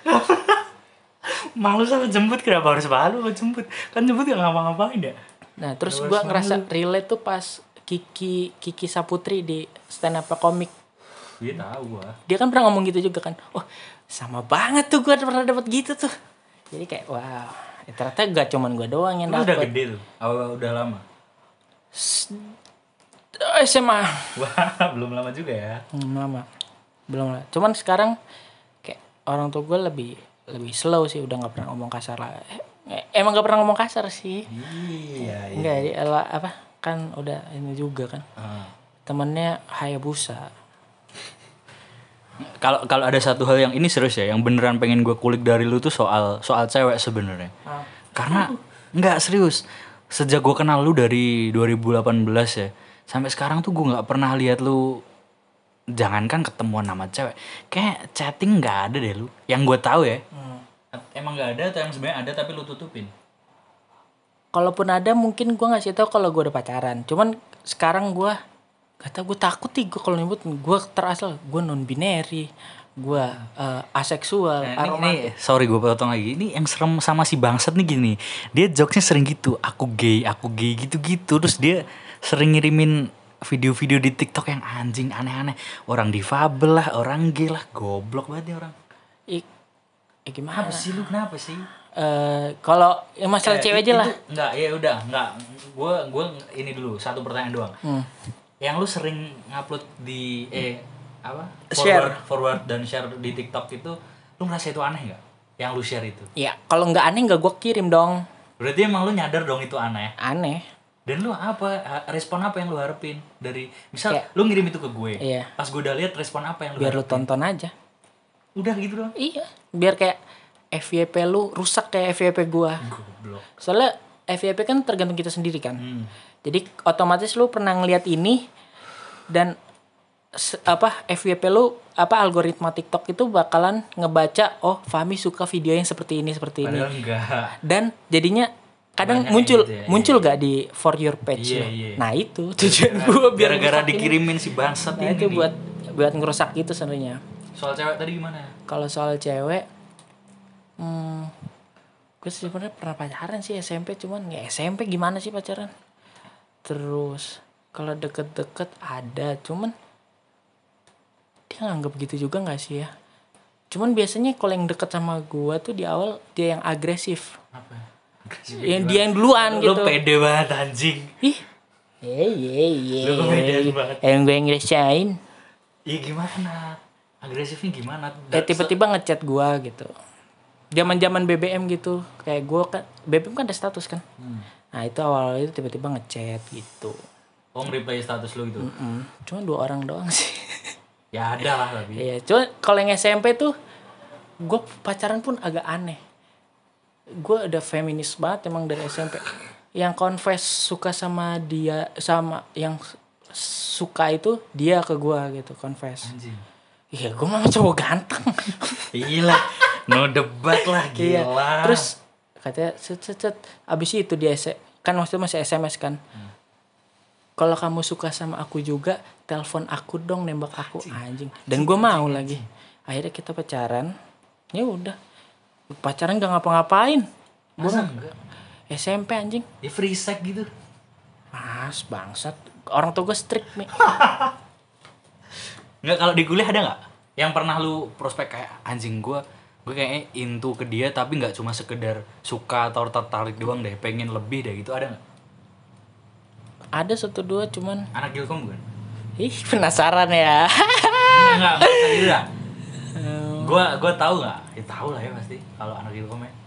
Malu sama jembut, kenapa harus malu sama jembut? Kan jembut gak ngapa-ngapain ya. Nah terus gue ngerasa relate tuh pas Kiki Saputri di stand up komik. Iya tahu gue. Dia kan pernah ngomong gitu juga kan. Oh sama banget tuh gue pernah dapet gitu tuh. Jadi kayak wow, ternyata gak cuman gue doang yang dapet. Udah gede tuh? Udah lama? SMA. Wah belum lama juga ya. Belum lah. Cuman sekarang kayak orang tua gue lebih slow sih, udah nggak pernah ngomong kasar lah. Emang nggak pernah ngomong kasar sih. Iya. Enggak, apa kan udah ini juga kan. Temennya Hayabusa. Kalau ada satu hal yang ini serius ya, yang beneran pengen gue kulik dari lu tuh soal cewek sebenarnya. Karena nggak serius. Sejak gue kenal lu dari 2018 ya, sampai sekarang tuh gue nggak pernah lihat lu, jangankan ketemuan sama cewek, kayak chatting nggak ada deh lu. Yang gue tahu ya. Emang nggak ada atau yang sebenarnya ada tapi lu tutupin? Kalaupun ada mungkin gue ngasih tahu kalau gue udah pacaran. Cuman sekarang gue kata gue takut nih, gue kalau nyebut gue terasal gue non binary, gue aseksual. Ini sorry gue potong lagi. Ini yang serem sama si bangsat nih gini. Dia jokesnya sering gitu, aku gay gitu-gitu. Terus dia sering ngirimin video-video di TikTok yang anjing aneh-aneh. Orang difabel lah, orang gay lah, goblok banget nih orang. Gimana? Apa sih lu, kenapa sih? Kalau masalah cewek aja lah. Enggak, ya udah, enggak. Gue ini dulu, satu pertanyaan doang. Yang lu sering ngupload di forward dan share di TikTok itu, lu ngerasa itu aneh nggak? Yang lu share itu? Iya, kalau nggak aneh nggak gue kirim dong. Berarti emang lu nyadar dong itu aneh? Aneh. Dan lu respon apa yang lu harapin dari, misal Kayak, lu ngirim itu ke gue, iya. Pas gue udah lihat, respon apa yang lu biar harapin? lu tonton aja. Udah gitu doang? Iya, biar kayak FYP lu rusak kayak FYP gue. Goblok. Soalnya FYP kan tergantung kita sendiri kan. Jadi otomatis lu pernah ngeliat ini dan FYP lu algoritma TikTok itu bakalan ngebaca, oh Fahmi suka video yang seperti ini. Padahal enggak. Dan jadinya kadang banyak muncul gak di for your page lo. Iya. Nah itu tujuan gue biar gara-gara dikirimin si bangsat ini. Nah itu nih. buat ngerusak gitu sebenarnya. Soal cewek tadi gimana? Kalau soal cewek, gue sebenarnya pernah pacaran sih SMP, cuman ya SMP gimana sih pacaran. Terus kalau deket-deket ada, cuman dia nganggap gitu juga nggak sih ya. Cuman biasanya kalau yang deket sama gue tuh di awal dia yang agresif. Apa? Yang dia yang duluan gitu. Lu pede banget anjing. Ih. Lu kepedean banget. Yang gue ngerasain. Iya gimana? Agresifnya gimana? Tiba-tiba ngechat gue gitu. Zaman-zaman BBM gitu. Kayak gue kan BBM kan ada status kan. Nah itu awal itu tiba-tiba ngechat gitu. Oh nge-reply status lu gitu? Cuma 2 orang doang sih. Ya ada lah tapi. Iya, cuma kalau yang SMP tuh gue pacaran pun agak aneh. Gue udah feminis banget emang dari SMP. Yang confess suka sama dia, sama yang suka itu dia ke gue gitu, confess. Anjing. Iya, gue mah cowok ganteng. Gila, no debat lah, gila. Iya. Terus katanya cet abis itu dia kan maksudnya masih SMS kan. Kalau kamu suka sama aku juga, telepon aku dong, nembak aku, anjing. Dan gue mau lagi. Akhirnya kita pacaran. Ya udah. Pacaran gak ngapa-ngapain. Masa enggak? SMP anjing. Ya free sex gitu. Mas, bangsat. Orang tua gue strict nih. Enggak, kalau di kuliah ada nggak yang pernah lu prospek kayak anjing gue kayaknya into ke dia tapi nggak cuma sekedar suka atau tertarik doang deh, pengen lebih deh gitu, ada nggak? Ada 1-2 cuman. Anak Gilkom bukan? Ih, penasaran ya. Enggak serius. Gue tahu nggak? Ya tahu lah ya pasti kalau anak Gilkom ya.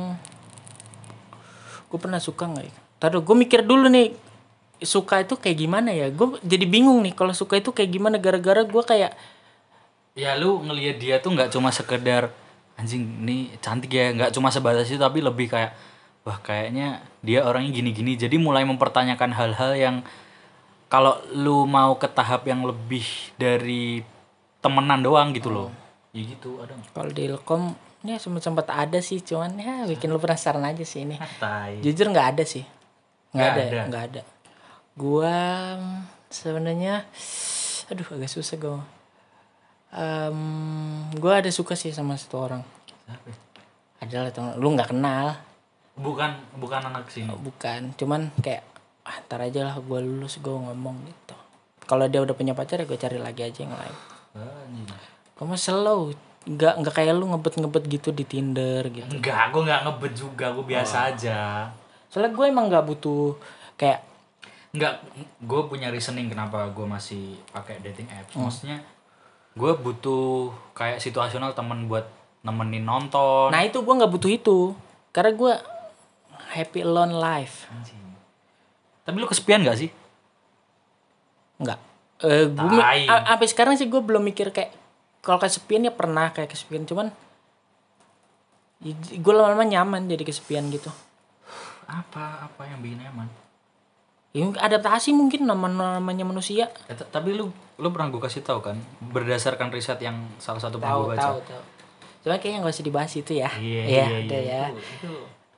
Gue pernah suka nggak ya? Taduh, gue mikir dulu nih. Suka itu kayak gimana ya? Gue jadi bingung nih kalau suka itu kayak gimana, gara-gara gue kayak ya lu ngelihat dia tuh nggak cuma sekedar anjing ini cantik ya, nggak cuma sebatas itu tapi lebih kayak wah kayaknya dia orangnya gini-gini, jadi mulai mempertanyakan hal-hal yang kalau lu mau ke tahap yang lebih dari temenan doang gitu loh. Ya gitu ada nggak? Kalau di Ilkom ini sempat ada sih, cuman ya bikin lu penasaran aja sih ini. Tai. Jujur nggak ada sih. Nggak ada. Nggak ada. Gua sebenarnya aduh agak susah gua. Gua ada suka sih sama satu orang. Siapa? Adalah teman lu nggak kenal. Bukan anak sini. Bukan, cuman kayak ntar aja lah gue lulus gue ngomong gitu. Kalau dia udah punya pacar ya gue cari lagi aja yang lain. Kamu slow, nggak kayak lu ngebet gitu di Tinder gitu. Enggak, gue nggak ngebet juga, gue biasa aja. Soalnya gue emang nggak butuh kayak Enggak, gue punya reasoning kenapa gue masih pakai dating apps. Maksudnya gue butuh kayak situasional temen buat nemenin nonton. nah itu gue nggak butuh itu karena gue happy alone life. Anjing. Tapi lu kesepian gak sih? Nggak. Tai. Sampai sekarang sih gue belum mikir kayak kalau kesepian ya pernah kayak kesepian, cuman gue lama-lama nyaman jadi kesepian gitu. Apa yang bikin nyaman? Ya, adaptasi mungkin namanya manusia. Tapi lu pernah gue kasih tahu kan berdasarkan riset yang salah satu pernah gue baca. Tahu. Cuma kayaknya nggak usah dibahas itu ya. Iya. Ya. Itu.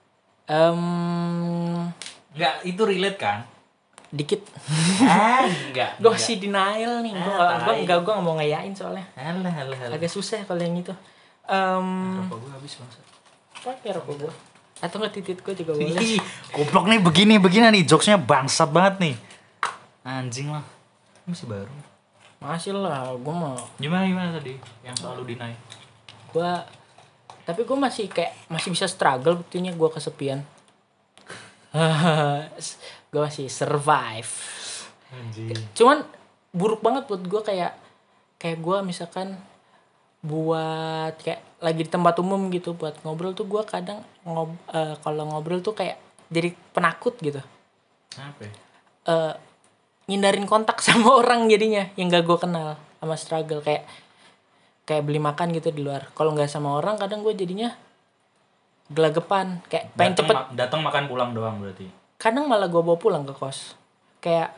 Enggak, itu relate kan? Dikit. Enggak. Gue masih denial nih. Gue nggak mau ngayain soalnya. Alah. Agak susah kalau yang itu. Rokok gue habis bangsa. Pakai rokok gue. Atau nggak titit gue juga boleh. Ih, goblok nih begini nih jokesnya bangsat banget nih. Anjing lah. Masih baru. Masih lah, gue mau. Gimana tadi yang selalu deny? Tapi gue masih bisa struggle buktinya gue kesepian. Gue masih survive. Anjing. Cuman buruk banget buat gue kayak gue misalkan buat kayak lagi di tempat umum gitu buat ngobrol tuh gue kadang kalau ngobrol tuh kayak jadi penakut gitu. Apa? Ngindarin kontak sama orang jadinya yang gak gue kenal, sama struggle kayak beli makan gitu di luar. Kalau nggak sama orang kadang gue jadinya gelagapan kayak pengen cepet datang makan pulang doang berarti. Kadang malah gue bawa pulang ke kos kayak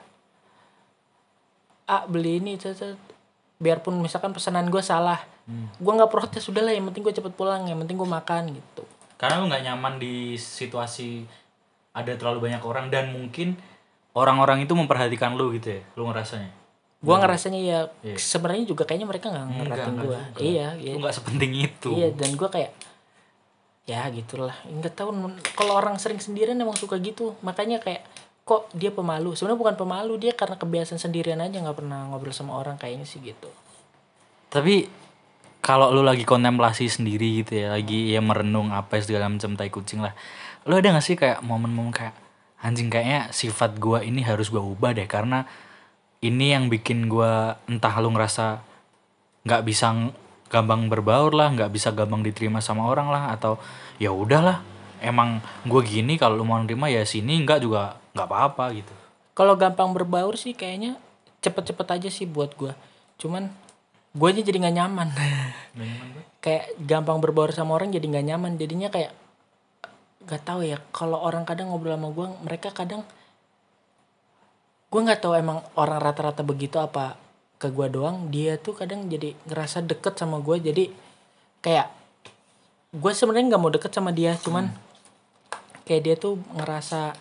beli ini biarpun misalkan pesanan gue salah, gue nggak protes, udah lah yang penting gue cepet pulang, yang penting gue makan gitu. Karena lu nggak nyaman di situasi ada terlalu banyak orang dan mungkin orang-orang itu memperhatikan lu gitu ya, lu ngerasanya. Gue ngerasanya ya sebenarnya juga kayaknya mereka nggak ngertiin gue. Iya. Lu nggak sepenting itu. Iya, dan gue kayak ya gitulah, nggak tahu kalau orang sering sendirian emang suka gitu, makanya kayak kok dia pemalu. Sebenarnya bukan pemalu, dia karena kebiasaan sendirian aja, nggak pernah ngobrol sama orang kayaknya sih gitu. Tapi kalau lu lagi kontemplasi sendiri gitu ya, lagi ya merenung apa segala macam tai kucing lah, lu ada nggak sih kayak momen-momen kayak anjing kayaknya sifat gua ini harus gua ubah deh karena ini yang bikin gua entah lu ngerasa nggak bisa gampang berbaur lah, nggak bisa gampang diterima sama orang lah, atau ya udahlah emang gue gini, kalau lu mau nerima ya sini, nggak juga nggak apa-apa gitu. Kalau gampang berbaur sih kayaknya cepet-cepet aja sih buat gue. Cuman gue aja jadi nggak nyaman. Kayak gampang berbaur sama orang jadi nggak nyaman. Jadinya kayak nggak tahu ya. Kalau orang kadang ngobrol sama gue, mereka kadang gue nggak tahu emang orang rata-rata begitu apa ke gue doang. Dia tuh kadang jadi ngerasa deket sama gue. Jadi kayak gue sebenarnya nggak mau deket sama dia, cuman kayak dia tuh ngerasa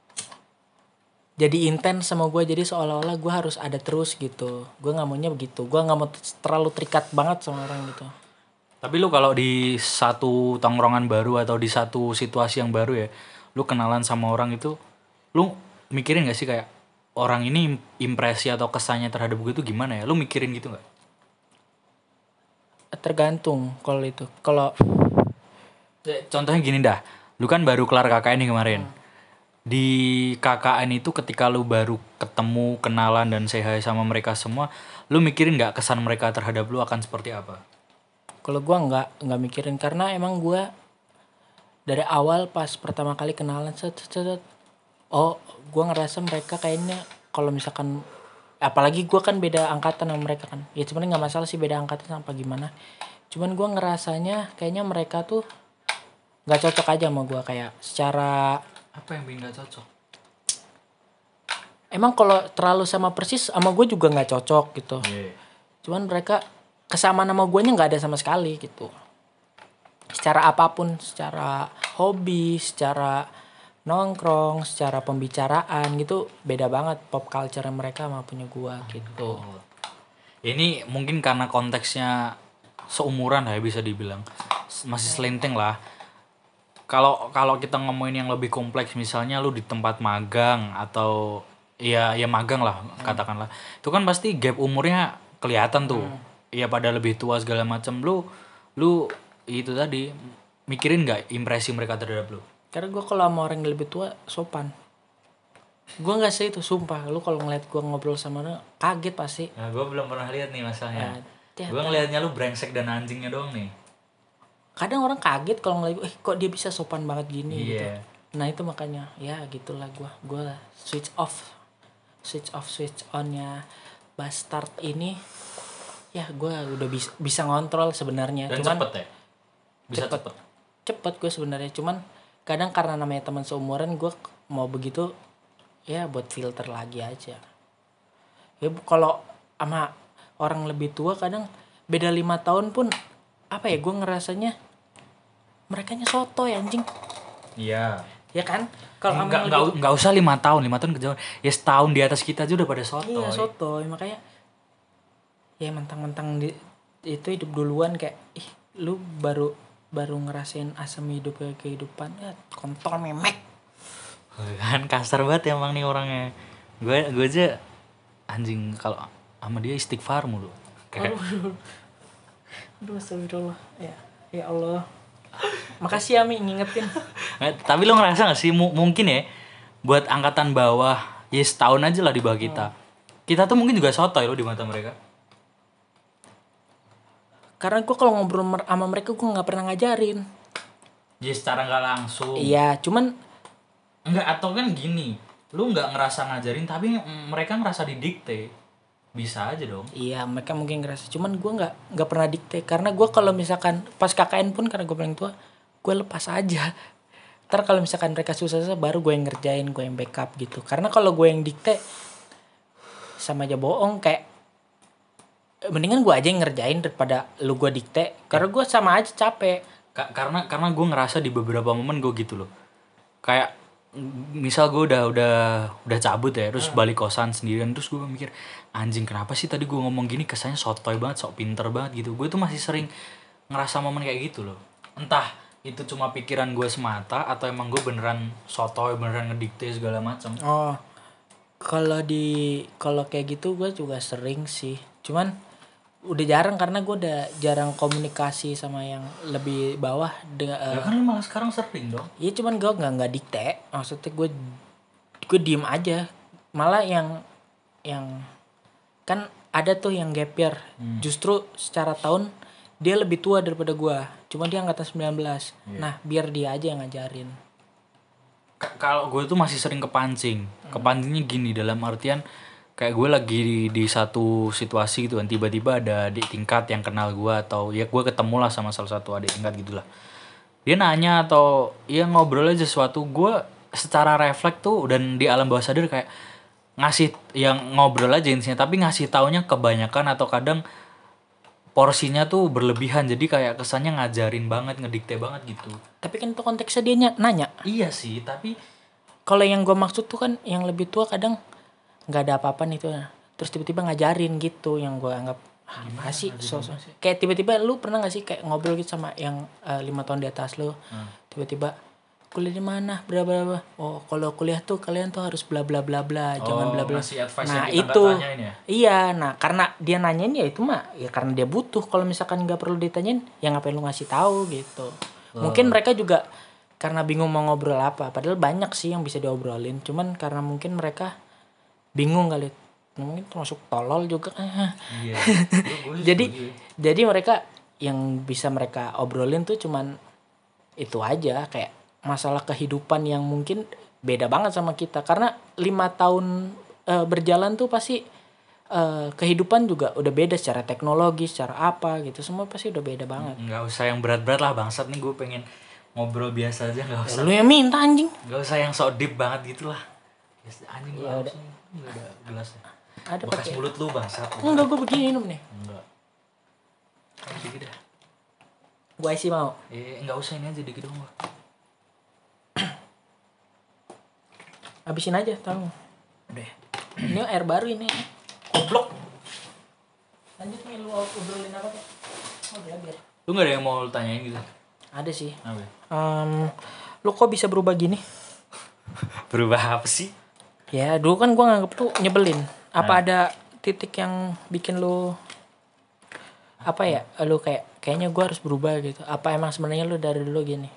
jadi intens sama gue, jadi seolah-olah gue harus ada terus gitu. Gue nggak maunya begitu, gue nggak mau terlalu terikat banget sama orang gitu. Tapi lu kalau di satu tongkrongan baru atau di satu situasi yang baru ya, lu kenalan sama orang itu, lu mikirin gak sih kayak orang ini impresi atau kesannya terhadap gue itu gimana ya? Lu mikirin gitu gak? Tergantung kalau itu. Kalau contohnya gini dah, lu kan baru kelar KKN nih kemarin. Di KKN itu ketika lu baru ketemu, kenalan dan say hi sama mereka semua, lu mikirin gak kesan mereka terhadap lu akan seperti apa? kalau gue nggak mikirin, karena emang gue dari awal pas pertama kali kenalan gue ngerasa mereka kayaknya kalau misalkan, apalagi gue kan beda angkatan sama mereka kan, ya sebenarnya nggak masalah sih beda angkatan apa gimana, Cuman gue ngerasanya kayaknya mereka tuh nggak cocok aja sama gue, kayak secara Apa yang bikin gak cocok? emang kalau terlalu sama persis sama gue juga nggak cocok gitu. Cuman mereka kesamaan sama guanya nggak ada sama sekali gitu. Secara apapun, secara hobi, secara nongkrong, secara pembicaraan gitu beda banget pop culture mereka sama punya gua gitu. Ini mungkin karena konteksnya seumuran lah ya, bisa dibilang masih selenting lah. Kalau kita ngomongin yang lebih kompleks, misalnya lu di tempat magang atau ya magang lah katakanlah, itu kan pasti gap umurnya kelihatan tuh. Ya pada lebih tua segala macam. Lu itu tadi mikirin nggak impresi mereka terhadap lu? Karena gua kalau sama orang yang lebih tua sopan. Gua nggak sih itu sumpah. Lu kalau ngeliat gua ngobrol sama lu kaget pasti. Nah, gue belum pernah lihat nih masalahnya. Ya, Gue ngelihatnya lu brengsek dan anjingnya doang nih. kadang orang kaget kalau ngeliat kok dia bisa sopan banget gini gitu. Iya. Nah itu makanya ya gitulah gua switch switch onnya bastard ini. Ya gue udah bisa ngontrol sebenarnya. Dan Cuman cepet ya? Bisa cepet. cepet gue sebenarnya, cuman kadang karena namanya teman seumuran gue mau begitu ya buat filter lagi aja ya. Kalau sama orang lebih tua kadang beda 5 tahun pun apa ya, gue ngerasanya merekanya sotoy anjing Iya. ya kan. Kalau sama yang Nggak usah 5 tahun kejauhan. Ya setahun di atas kita aja udah pada sotoy. iya sotoy, makanya ya mentang-mentang itu hidup duluan kayak lu baru ngerasain asam hidup kayak kehidupan ya kontol memek. Kan kasar banget emang nih orangnya. Gue aja anjing kalau sama dia istighfar mulu. Kayak Aduh astagfirullah ya Allah. Makasih ya Mi ngingetin. tapi lo ngerasa gak sih mungkin ya buat angkatan bawah ya setahun aja lah di bawah kita. Kita tuh mungkin juga sotoy lo di mata mereka. Karena gue kalau ngobrol sama mereka gue nggak pernah ngajarin. Ya secara nggak langsung. Iya, cuman Enggak, atau kan gini, lu nggak ngerasa ngajarin tapi mereka ngerasa didikte. Bisa aja dong. iya mereka mungkin ngerasa. Cuman gue nggak pernah dikte. Karena gue kalau misalkan pas KKN pun karena gue paling tua, gue lepas aja. Ntar kalau misalkan mereka susah-susah baru gue yang ngerjain, gue yang backup gitu. Karena kalau gue yang dikte sama aja bohong, kayak mendingan gue aja yang ngerjain daripada lu gue dikte. Karena gue sama aja capek. Karena gue ngerasa di beberapa momen gue gitu loh. Kayak misal gue udah cabut ya, terus balik kosan sendirian, terus gue mikir anjing kenapa sih tadi gue ngomong gini kesannya sotoy banget, sok pinter banget gitu. Gue tuh masih sering ngerasa momen kayak gitu loh. Entah itu cuma pikiran gue semata atau emang gue beneran sotoy, beneran ngedikte segala macam. Oh, kalau kayak gitu gue juga sering sih. Cuman udah jarang karena gue udah jarang komunikasi sama yang lebih bawah. Ya kan lu malah sekarang sering dong. Iya cuman gue nggak dikte. Maksudnya gue diem aja. Malah yang kan ada tuh yang gap year. Justru secara tahun dia lebih tua daripada gue. Cuma dia angkatan 19. Nah biar dia aja yang ngajarin. Kalau gue tuh masih sering kepancing. Kepancingnya gini, dalam artian kayak gue lagi di satu situasi gitu kan, tiba-tiba ada adik tingkat yang kenal gue, atau ya gue ketemu lah sama salah satu adik tingkat gitulah. Dia nanya atau ya ngobrol aja sesuatu, gue secara refleks tuh dan di alam bawah sadar kayak ngasih yang ngobrol aja intinya, tapi ngasih taunya kebanyakan atau kadang porsinya tuh berlebihan, jadi kayak kesannya ngajarin banget, ngedikte banget gitu. Tapi kan itu konteksnya dia nanya. Iya sih, tapi Kalau yang gue maksud tuh kan yang lebih tua kadang nggak ada apa-apa nih tuh, terus tiba-tiba ngajarin gitu, yang gue anggap apa sih kayak tiba-tiba lu pernah nggak sih kayak ngobrol gitu sama yang 5 tahun di atas lu, tiba-tiba kuliah di mana berapa, oh kalau kuliah tuh kalian tuh harus bla bla bla bla, jangan bla bla. Nah itu ya? iya, nah karena dia nanyain ya itu mah ya karena dia butuh. Kalau misalkan nggak perlu ditanyain ya ngapain lu ngasih tahu gitu. Mungkin mereka juga karena bingung mau ngobrol apa, padahal banyak sih yang bisa diobrolin, cuman karena mungkin mereka bingung kali, mungkin termasuk tolol juga. Iya. jadi mereka yang bisa mereka obrolin tuh cuman itu aja, kayak masalah kehidupan yang mungkin beda banget sama kita. Karena 5 tahun berjalan tuh pasti kehidupan juga udah beda secara teknologi, secara apa gitu, semua pasti udah beda banget. Nggak usah yang berat-berat lah bangsat, nih gue pengen ngobrol biasa aja, nggak usah. Lu yang minta anjing. Nggak usah yang sok deep banget gitu lah. Anjing Ya lah, udah. nggak ada gelasnya. Ada Bekas pakai. mulut lu bangsat. Enggak, gue begini minum nih. Enggak. Dikit dah. Gue isi mau. Nggak usah, ini aja dikit dong. Habisin aja, tolong. Udah. Ini air baru ini. Goblok. Lanjut nih, lu obrolin apa tuh? Oh, biar. Lu nggak ada yang mau lu tanyain gitu? Ada sih. Apa? Lu kok bisa berubah gini? Berubah apa sih? Ya, dulu kan gue nganggep lu nyebelin. Apa ada titik yang bikin lu apa ya? Lu kayaknya gue harus berubah gitu. Apa emang sebenarnya lu dari dulu gini?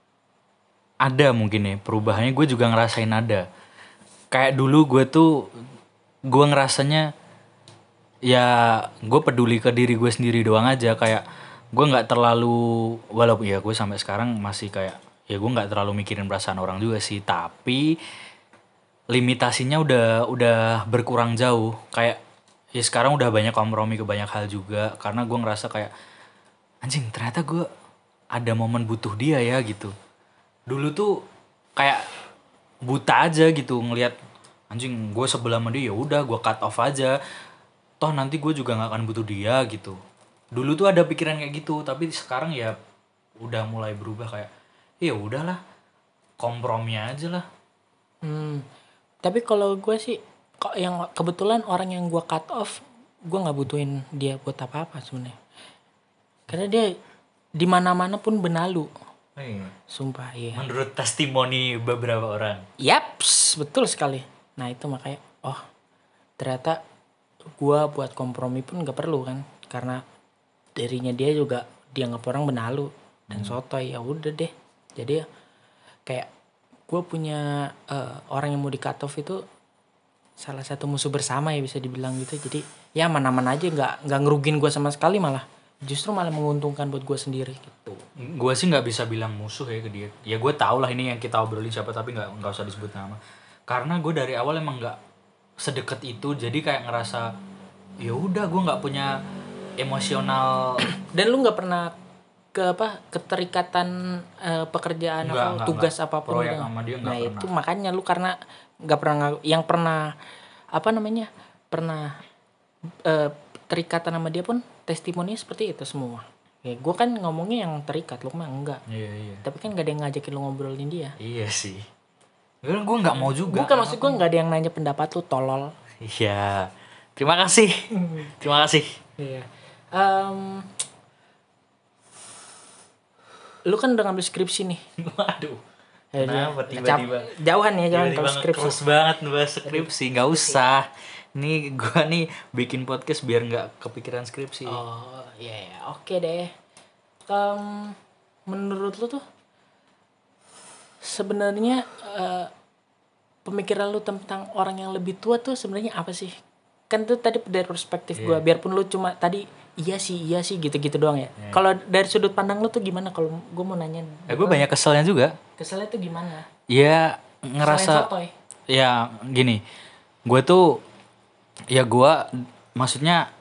Ada mungkin nih perubahannya, gue juga ngerasain ada. Kayak dulu gue ngerasanya ya gue peduli ke diri gue sendiri doang aja, kayak gue nggak terlalu, walaupun ya gue sampai sekarang masih kayak ya gue nggak terlalu mikirin perasaan orang juga sih, tapi limitasinya udah berkurang jauh. Kayak ya sekarang udah banyak kompromi ke banyak hal juga, karena gue ngerasa kayak anjing ternyata gue ada momen butuh dia ya gitu. Dulu tuh kayak buta aja gitu ngelihat anjing gue sebelah sama dia, ya udah gue cut off aja, toh nanti gue juga nggak akan butuh dia gitu. Dulu tuh ada pikiran kayak gitu, tapi sekarang ya udah mulai berubah, kayak ya udahlah, kompromi aja lah. Tapi kalau gue sih, kok yang kebetulan orang yang gue cut off, gue nggak butuhin dia buat apa-apa sebenarnya. Karena dia di mana-mana pun benalu. Sumpah, iya. Menurut testimoni beberapa orang. Yaps, betul sekali. Nah itu makanya, oh ternyata gue buat kompromi pun gak perlu kan, karena dirinya dia juga dianggap orang benalu dan sotoy. Ya udah deh, jadi kayak gue punya orang yang mau di cut off itu salah satu musuh bersama ya bisa dibilang gitu. Jadi ya aman-aman aja, nggak ngerugin gue sama sekali, malah justru malah menguntungkan buat gue sendiri gitu. Gue sih nggak bisa bilang musuh ya ke dia. Ya gue tau lah ini yang kita obrolin siapa, tapi nggak usah disebut nama. Karena gue dari awal emang nggak sedekat itu, jadi kayak ngerasa ya udah gue nggak punya emosional. Dan lu nggak pernah keterikatan pekerjaan atau tugas apapun proyek gitu. sama dia nggak Nah pernah. itu makanya lu karena nggak pernah yang pernah terikatan sama dia pun testimoni seperti itu semua. Ya gue kan ngomongnya yang terikat, lu mah enggak. Iya. Tapi kan gak ada yang ngajakin lu ngobrolin dia. Iya sih. Gue nggak mau juga. Bukan, maksud gue gak ada yang nanya pendapat lu, tolol. Iya. Terima kasih. Terima kasih. Iya. Lu kan udah ngambil skripsi nih. Waduh. Kenapa tiba-tiba? Jauhan ya, jangan kalau skripsi. Terus banget bahas skripsi, nggak usah. Nih gue nih bikin podcast biar nggak kepikiran skripsi. Oh iya, oke deh. Menurut lu tuh sebenarnya pemikiran lu tentang orang yang lebih tua tuh sebenarnya apa sih? Kan tuh tadi dari perspektif gue, biarpun lu cuma tadi iya sih gitu-gitu doang ya. Kalau dari sudut pandang lu tuh gimana? Kalau gue mau nanya. Gue banyak keselnya juga. Keselnya tuh gimana? Ya ngerasa. Ya gini, gue tuh ya gue maksudnya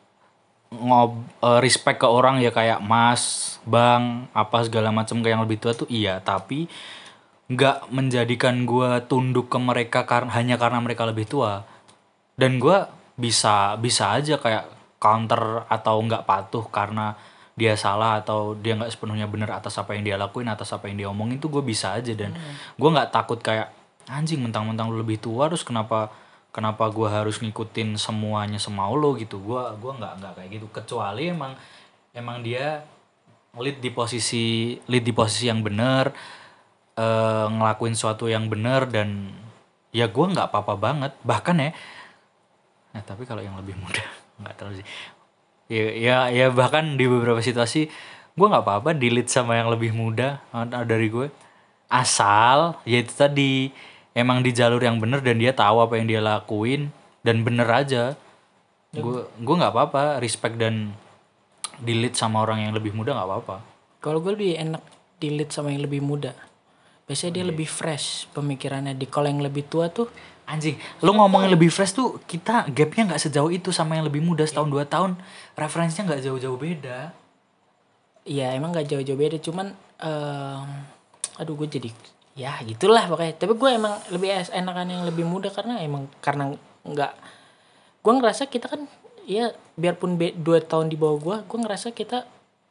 respect ke orang ya, kayak mas, bang, apa segala macam kayak yang lebih tua tuh iya, tapi nggak menjadikan gue tunduk ke mereka hanya karena mereka lebih tua. Dan gue bisa aja kayak counter atau nggak patuh karena dia salah atau dia nggak sepenuhnya benar atas apa yang dia lakuin, atas apa yang dia omongin, tuh gue bisa aja. Dan gue nggak takut kayak anjing mentang-mentang lu lebih tua terus kenapa gue harus ngikutin semuanya semau lo gitu. Gue nggak kayak gitu, kecuali emang dia lead di posisi yang benar, ngelakuin sesuatu yang benar, dan ya gue nggak apa-apa banget. Bahkan ya, nah tapi kalau yang lebih muda nggak terlalu sih. Ya bahkan di beberapa situasi gue nggak apa-apa di lead sama yang lebih muda dari gue, asal ya itu tadi emang di jalur yang bener dan dia tahu apa yang dia lakuin dan bener aja. Gue nggak apa-apa respect dan di lead sama orang yang lebih muda, nggak apa-apa. Kalau gue lebih enak di lead sama yang lebih muda. Biasanya dia lebih fresh pemikirannya. Kalau yang lebih tua tuh Anjing, lu ngomongin lebih fresh tuh, kita gapnya nggak sejauh itu sama yang lebih muda setahun 2 tahun, referensinya nggak jauh-jauh beda. Iya emang gak jauh-jauh beda, cuman aduh gue jadi ya gitulah pokoknya. Tapi gue emang lebih enakan yang lebih muda karena nggak, gue ngerasa kita kan ya biarpun 2 tahun di bawah gue ngerasa kita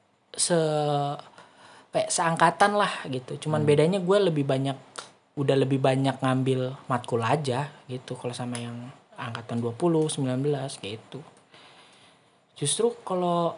kayak seangkatan lah gitu. Cuman bedanya gue udah lebih banyak ngambil matkul aja gitu kalau sama yang angkatan 20, 19 gitu. Justru kalau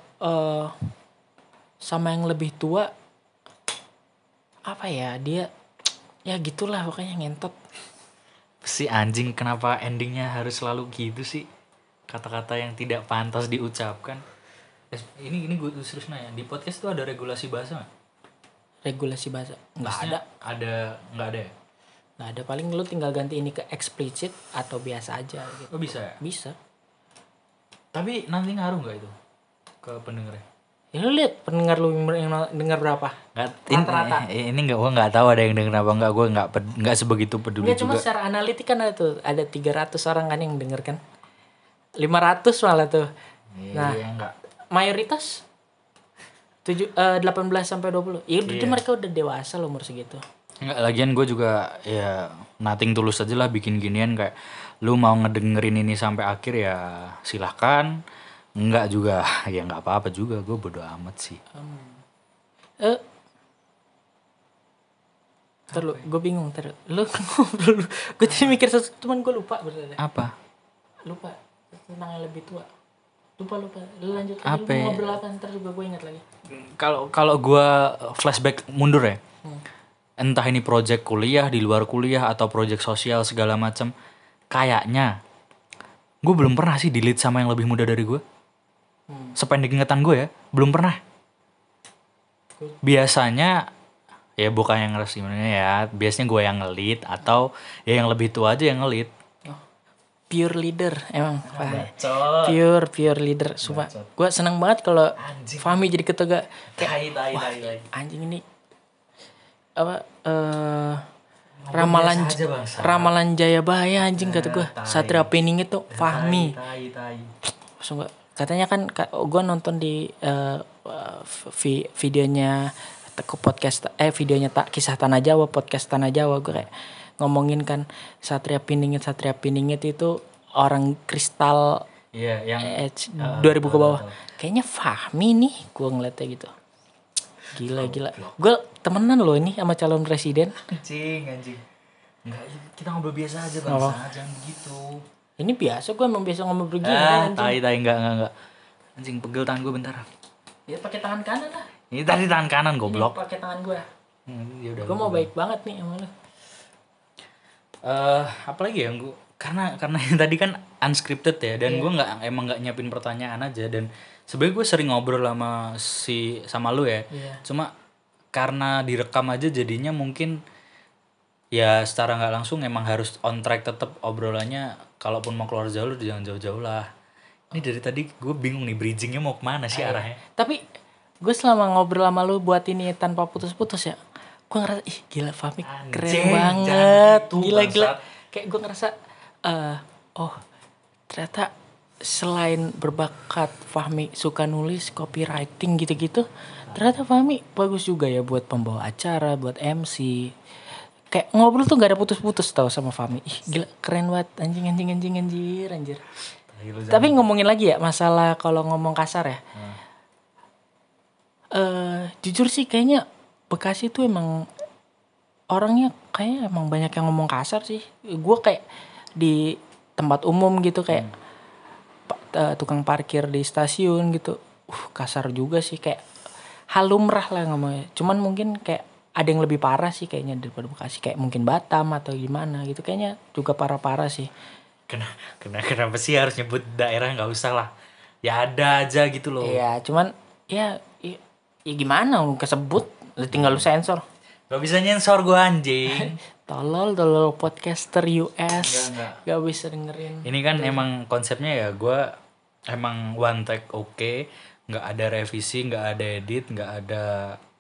sama yang lebih tua apa ya, dia ya gitulah pokoknya ngentot. Si anjing, kenapa endingnya harus selalu gitu sih? Kata-kata yang tidak pantas diucapkan. Ini gue serius nanya, di podcast tuh ada regulasi bahasa nggak? Regulasi bahasa nggak ada. Nggak ada ya? Nggak ada, paling lu tinggal ganti ini ke explicit atau biasa aja gitu. Oh bisa ya? Bisa. Tapi nanti ngaruh nggak itu ke pendengarnya? Ya lu lihat pendengar lu yang dengar berapa? Rata-rata. Ini gue nggak tahu ada yang denger apa nggak. Gue nggak sebegitu peduli Nggak, cuma juga. secara analitik kan ada tuh, ada 300 orang kan yang denger kan. 500 malah tuh. Nah, Iya nggak. mayoritas 18 sampai 20. Ya udah mereka udah dewasa loh umur segitu. Nggak, lagian gue juga ya nothing tulus aja lah bikin ginian, kayak lu mau ngedengerin ini sampai akhir ya silahkan, nggak juga ya nggak apa-apa juga, gue bodo amat sih. Ntar lu, gue bingung ntar. Lu ngobrol, gue tadi mikir sesuatu cuman gue lupa bener. Apa? Lupa tentang yang lebih tua. Lupa. Lu lanjut lagi, Apa? lu mau ngobrol apa ntar juga gue ingat lagi. Kalau gue flashback mundur ya, entah ini project kuliah, di luar kuliah, atau project sosial segala macam, kayaknya gue belum pernah sih di-lead sama yang lebih muda dari gue. Sependek ingatan gue ya, belum pernah. Biasanya ya bukan yang ngeres gimana ya, biasanya gue yang nge-lead atau ya yang lebih tua aja yang nge-lead. Pure leader emang. Pure leader. Sumpah gue seneng banget kalau Fahmi jadi ketua. Kayak wah, anjing ini apa ramalan Jayabaya anjing kata gue. Satria Pening itu Fahmi. Langsung katanya kan gue nonton di videonya videonya kisah Tanah Jawa, podcast Tanah Jawa, gue kayak ngomongin kan Satria Piningit itu orang kristal. Iya, yang 2000 ke bawah. Kayaknya Fahmi nih gue ngeliatnya gitu. Gila. Gue temenan loh ini sama calon presiden. Anjing. Enggak, kita ngobrol biasa aja bangsa, jangan gitu. Ini biasa, gue emang biasa ngomong begini. Tai, enggak. Anjing, pegel tangan gue bentar. Ya pakai tangan kanan lah. Ini tadi tangan kanan goblok. Ini pakai tangan gue. Ya udah. Gue mau baik banget nih sama lu. Apalagi ya, gue karena yang tadi kan unscripted ya, dan gue emang nggak nyiapin pertanyaan aja, dan sebenarnya gue sering ngobrol sama lu ya. Cuma karena direkam aja jadinya mungkin ya secara nggak langsung emang harus on track tetap obrolannya. Kalaupun mau keluar jauh, jangan jauh-jauh lah. Ini dari tadi gue bingung nih bridgingnya mau kemana sih arahnya. Tapi gue selama ngobrol sama lu buat ini tanpa putus-putus ya, gue ngerasa ih gila Fahmi keren banget. Gila. Kayak gue ngerasa oh ternyata selain berbakat Fahmi suka nulis copywriting gitu-gitu, ternyata Fahmi bagus juga ya buat pembawa acara, buat MC. Kayak ngobrol tuh gak ada putus-putus tau sama Fahmi. Ih gila keren banget anjir. Tapi ngomongin lagi ya masalah kalau ngomong kasar ya. Jujur sih kayaknya Bekasi tuh emang orangnya kayaknya emang banyak yang ngomong kasar sih. Gue kayak di tempat umum gitu kayak tukang parkir di stasiun gitu. Kasar juga sih, kayak hal lumrah lah ngomongnya. Cuman mungkin kayak ada yang lebih parah sih kayaknya daripada Bekasi, kayak mungkin Batam atau gimana gitu, kayaknya juga parah-parah sih. Kenapa sih harus nyebut daerah? Nggak usah lah, ya ada aja gitu loh. Iya cuman ya gimana kesebut, tinggal lu sensor. Gak bisa nyensor gue anjing. Tolol podcaster US gak bisa dengerin. Ini kan emang konsepnya ya, gue emang one take oke, nggak ada revisi, nggak ada edit, nggak ada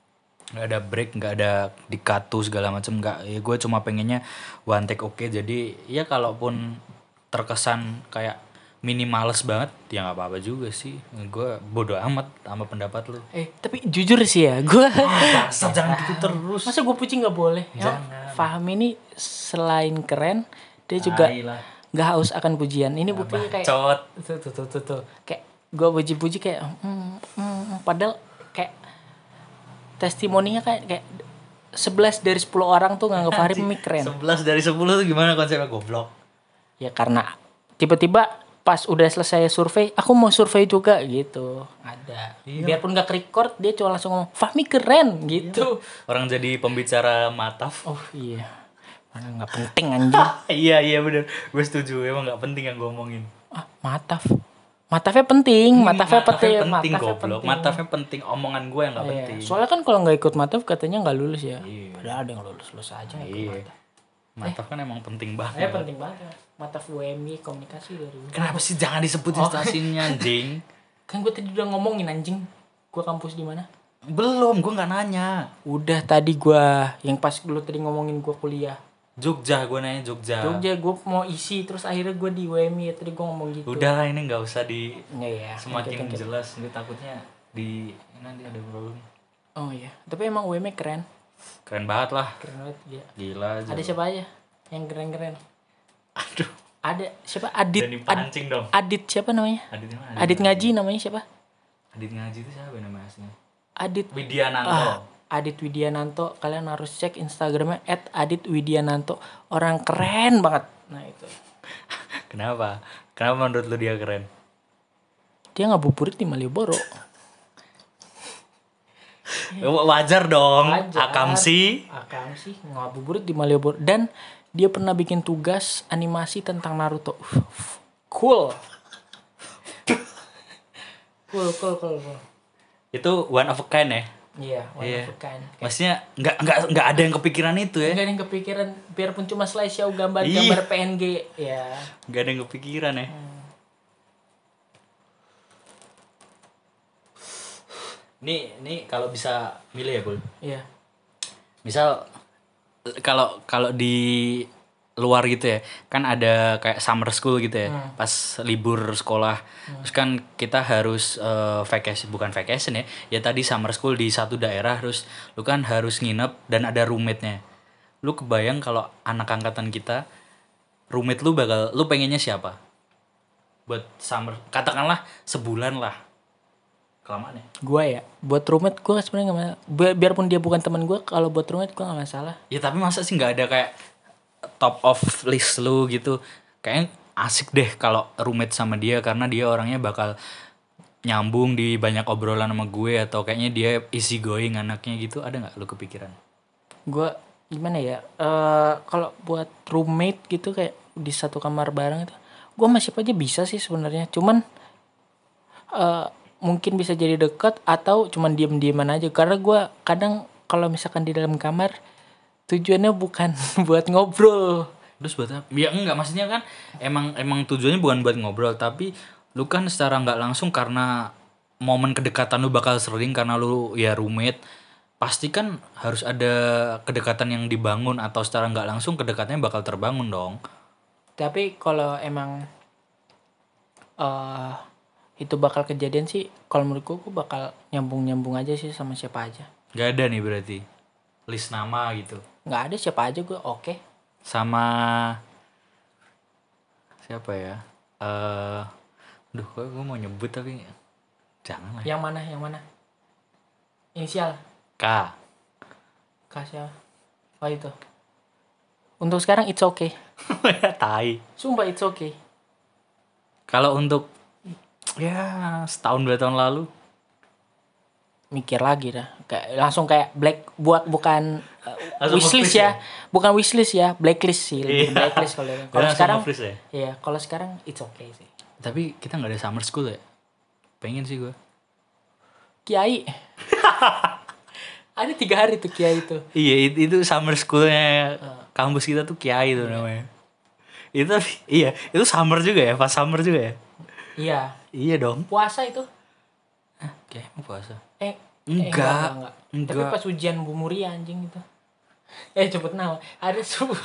nggak ada break, nggak ada dikatu segala macem, nggak. Ya gue cuma pengennya one take oke. Jadi ya kalaupun terkesan kayak minimalis banget ya nggak apa-apa juga sih. Gue bodo amat sama pendapat lu. Tapi jujur sih ya, gue Bangsat, jangan gitu terus. masa gue puji nggak boleh. Jangan. Fahmi ini selain keren, dia juga Tai lah. nggak haus akan pujian. Ini buktinya kayak Bacot. tuh. Kayak gue puji-puji kayak padahal kayak testimoninya kayak 11 dari 10 orang tuh nganggap Fahmi keren. 11 dari 10 tuh gimana konsepnya, goblok? Ya karena tiba-tiba pas udah selesai survei, aku mau survei juga gitu. Ada. Iya. Biarpun gak record, dia cuma langsung ngomong, Fahmi keren gitu. Orang jadi pembicara mataf. Oh iya. Mana gak penting anjing. Iya bener, gue setuju, emang nggak penting yang gue omongin. Mataf. Matafnya penting. Matafnya penting goblok. Matafnya penting, omongan gue yang nggak Iya. penting. Soalnya kan kalau nggak ikut mataf katanya nggak lulus ya. Iya. Padahal ada yang lulus aja nggak ikut Iya. mataf. Mataf kan emang penting banget. Penting banget. Mataf UMY komunikasi dari. Kenapa sih jangan disebutin stasiunnya anjing? Kan gue tadi udah ngomongin anjing. Gue kampus di mana? Belum, gue nggak nanya. Udah tadi gue yang pas lu tadi ngomongin gue kuliah. Jogja, gue nanya Jogja. Jogja gue mau isi terus akhirnya gue di UMY tadi gue ngomong gitu. Udah lah, ini nggak usah di Ya. semakin Oke. jelas. Ini takutnya di nanti ada problem. Oh iya. Tapi emang UMY keren. Keren banget lah. Keren banget dia. Gila aja. Ada siapa aja yang keren-keren? Aduh. Ada siapa? Adit. Dan dipancing dong. Adit siapa namanya? Adit mana? Adit Ngaji namanya siapa? Adit Ngaji itu siapa namanya aslinya? Adit Widiananto. Adit Widiananto, kalian harus cek Instagramnya @aditwidiananto, orang keren banget. Nah itu Kenapa? Kenapa menurut lu dia keren? dia ngabuburit di Malioboro. Wajar dong. Wajar. Akam sih. Ngabuburit di Malioboro dan dia pernah bikin tugas animasi tentang Naruto. Cool. Cool. Itu one of a kind ya. Iya, one of a kind. Maksudnya nggak ada yang kepikiran itu ya. Enggak ada yang kepikiran, biarpun cuma slideshow gambar PNG ya. Nggak ada yang kepikiran ya. Ini kalau bisa milih ya, Bul. Iya. Misal kalau di luar gitu ya, kan ada kayak summer school gitu ya, pas libur sekolah. Terus kan kita harus vacation, bukan vacation ya, ya tadi summer school di satu daerah, terus lu kan harus nginep dan ada roommate-nya. Lu kebayang kalau anak angkatan kita, roommate lu pengennya siapa? Buat summer, katakanlah sebulan lah. Kelamaan ya? Gue ya, buat roommate gue sebenarnya nggak masalah. Biarpun dia bukan teman gue, kalau buat roommate gue nggak masalah. Ya tapi masa sih nggak ada kayak top of list lu gitu? Kayaknya asik deh kalau roommate sama dia, karena dia orangnya bakal nyambung di banyak obrolan sama gue, atau kayaknya dia easy going anaknya gitu. Ada nggak lu kepikiran? Gue gimana ya? Kalau buat roommate gitu kayak di satu kamar bareng itu, gue masih aja bisa sih sebenarnya. Cuman mungkin bisa jadi dekat atau cuman diem-dieman aja, karena gue kadang kalau misalkan di dalam kamar tujuannya bukan buat ngobrol. Terus buat apa? Ya enggak, maksudnya kan emang tujuannya bukan buat ngobrol, tapi lu kan secara nggak langsung karena momen kedekatan lu bakal sering karena lu ya roommate, pasti kan harus ada kedekatan yang dibangun, atau secara nggak langsung kedekatannya bakal terbangun dong. Tapi kalau emang itu bakal kejadian sih, kalau menurut gue bakal nyambung aja sih sama siapa aja. Gak ada nih berarti list nama gitu. Nggak ada, siapa aja gue oke. Sama siapa ya? Gue mau nyebut tapi jangan lah. Yang mana? Inisial K. siapa? Oh itu. Untuk sekarang it's okay. Tai. Sumpah it's okay. Kalau untuk ya setahun 2 tahun lalu Mikir lagi dah. Langsung kayak bukan Langsung wishlist nge-freeze ya. Bukan wishlist ya, blacklist sih. Lebih Iya. blacklist kalau langsung sekarang. nge-freeze ya? Iya, kalau sekarang it's okay sih. Tapi kita nggak ada summer school ya? Pengen sih gue. Kiai. Ada 3 hari tuh Kiai itu. Iya, itu summer schoolnya kampus kita tuh Kiai tuh namanya. Itu iya, itu summer juga ya, pas summer juga ya. Iya. Iya dong. Puasa itu. Kayak puasa. Enggak. Tapi pas ujian Bu Muria anjing itu. Cepet naon. Ada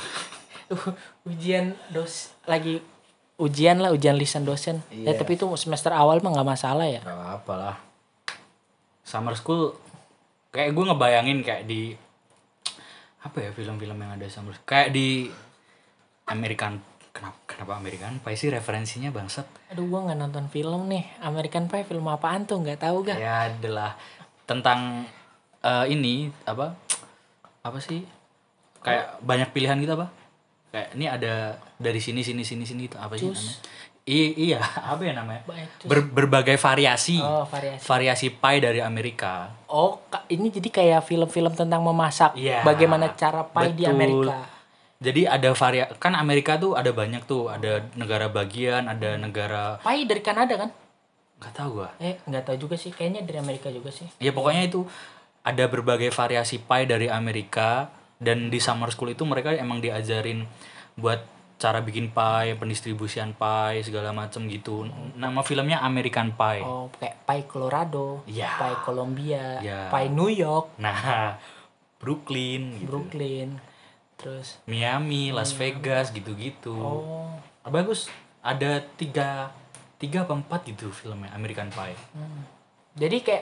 ujian lagi ujian lisan dosen. Iya. Tapi itu semester awal mah nggak masalah ya. Gak apa lah. Summer school kayak gue ngebayangin kayak di apa ya, film-film yang ada summer school. Kayak di American. Kenapa American Pie sih referensinya bangsat? Aduh, gua nggak nonton film nih. American Pie film apaan tuh, nggak tahu gak? Ya adalah tentang ini apa sih, kayak banyak pilihan gitu apa, kayak ini ada dari sini itu apa sih namanya? Iya apa ya namanya, berbagai variasi. Variasi pie dari Amerika. Ini jadi kayak film-film tentang memasak. Iya, bagaimana cara pie di Amerika. Jadi ada kan Amerika tuh ada banyak tuh, ada negara bagian, ada negara. Pie dari Kanada kan? Nggak tahu gua. Nggak tahu juga sih, kayaknya dari Amerika juga sih. Ya pokoknya itu ada berbagai variasi pie dari Amerika, dan di summer school itu mereka emang diajarin buat cara bikin pie, pendistribusian pie segala macem gitu. Nama filmnya American Pie. Kayak pie Colorado, pie Columbia, Ya. pie New York. Nah, Brooklyn gitu. Terus Miami, Las Vegas gitu-gitu. Bagus. Ada 3 apa 4 gitu filmnya American Pie. Jadi kayak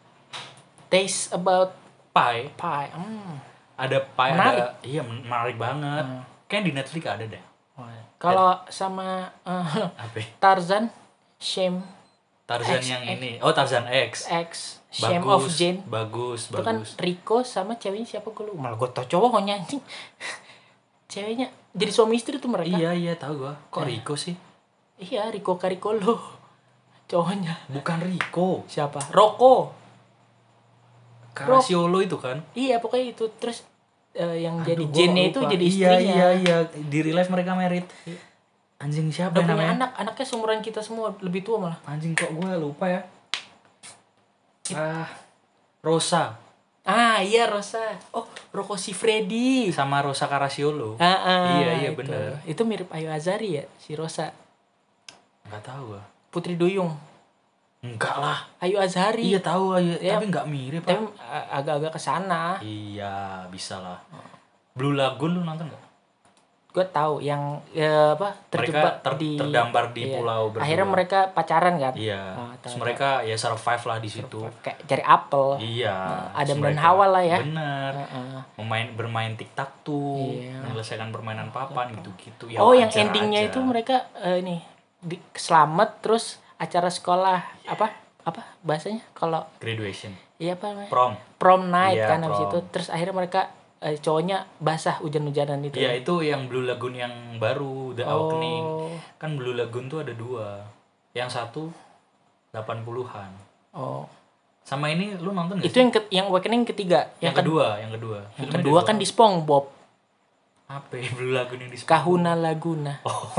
taste about Pie. Ada pie, menarik. iya menarik banget. Kayak di Netflix ada deh. Kalau sama Apa? Tarzan, Shame Tarzan ini. Tarzan X. Shame of Jane. Bagus. Itu kan Rico sama ceweknya siapa, gue lupa. Malah gue tau cowoknya anjing. Ceweknya jadi suami istri tuh mereka. Iya tahu gua. Kok Rico sih? Iya, Rico Caricolo. Cowoknya. Bukan Rico. Siapa? Rocco. Caracciolo itu kan? Iya, pokoknya itu. Terus yang jadi Jane itu jadi istrinya. Iya. Di real life mereka married. Anjing siapa Udah punya namanya? anaknya seumuran kita semua, lebih tua malah. Anjing kok gue lupa ya. Rosa. Iya, Rosa. Rocco Siffredi. Sama Rosa Caracciolo. Iya benar. Itu mirip Ayu Azari ya, si Rosa. Enggak tahu gua. Putri Duyung. Enggak lah. Ayu Azari. Iya tahu Ayu, Ya, tapi enggak mirip. Tapi agak-agak kesana. Iya, bisa lah. Blue Lagoon lu nonton enggak? Gue tahu yang terjebak terdampar di pulau berdua. Akhirnya mereka pacaran kan? Iya. Terus mereka ya survive lah di situ. Kayak cari apel. Iya. Adam dan Hawa lah ya. Bener. Bermain tik-tak-toe, menyelesaikan permainan papan gitu-gitu. Ya, yang endingnya itu mereka selamat terus acara sekolah apa bahasanya kalau graduation. Iya apa namanya? Prom night iya, kan habis itu. Terus akhirnya mereka cowoknya basah hujan-hujanan itu. Iya, itu yang Blue Lagoon yang baru, The Awakening. Kan Blue Lagoon tuh ada 2. Yang satu 80-an. Sama ini lu nonton gak itu sih? yang Awakening ketiga. Yang kedua. Yang kedua kan di SpongeBob. Apa ya, Blue Lagoon yang di SpongeBob? Kahuna Laguna.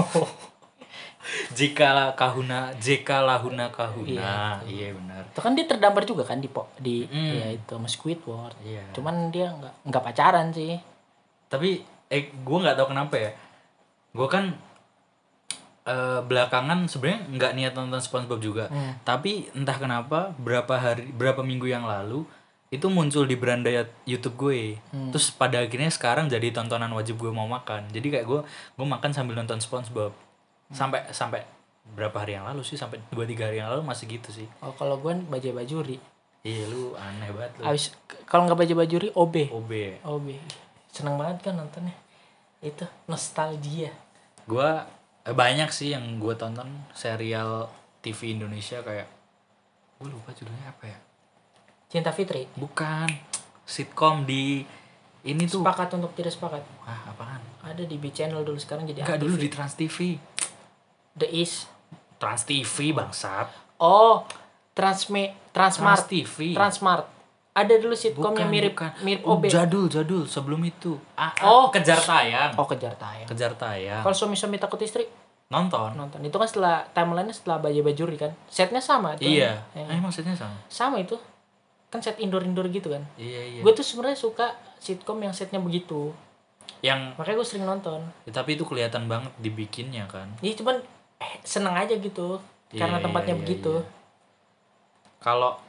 JK Lahuna Kahuna. Iya benar. Itu kan dia terdampar juga kan di ya itu sama Squidward. Iya. Cuman dia nggak pacaran sih. Tapi gue nggak tahu kenapa ya. Gue kan belakangan sebenarnya nggak niat nonton SpongeBob juga. Tapi entah kenapa berapa minggu yang lalu itu muncul di beranda YouTube gue. Terus pada akhirnya sekarang jadi tontonan wajib gue mau makan. Jadi kayak gue makan sambil nonton SpongeBob. Sampai berapa hari yang lalu sih, sampai 2-3 hari yang lalu masih gitu sih. Kalau gue bajuri. Iya, lu aneh banget lu. Abis kalau nggak bajuri OB. Seneng banget kan nontonnya. Itu nostalgia. Gua banyak sih yang gue tonton serial TV Indonesia, kayak gue lupa judulnya apa ya. Cinta Fitri. Bukan. Sitkom di ini tuh. Sepakat untuk tidak sepakat. Apaan? Ada di B Channel dulu, sekarang jadi Enggak, dulu di Trans TV. The East. Trans TV bangsat. Transmart TV. Transmart. Ada dulu sitkom yang mirip OB. Jadul sebelum itu. Kejar Tayang. Kejar Tayang. Kalau Suami Takut Istri nonton. Itu kan setelah timeline-nya setelah bajuri kan. Setnya sama tuh. Iya. Emang setnya sama. Sama itu. Kan set indoor gitu kan. Iya. Gue tuh sebenarnya suka sitkom yang setnya begitu. Makanya gue sering nonton. Ya, tapi itu kelihatan banget dibikinnya kan. Iya, cuman seneng aja gitu karena tempatnya begitu. Kalau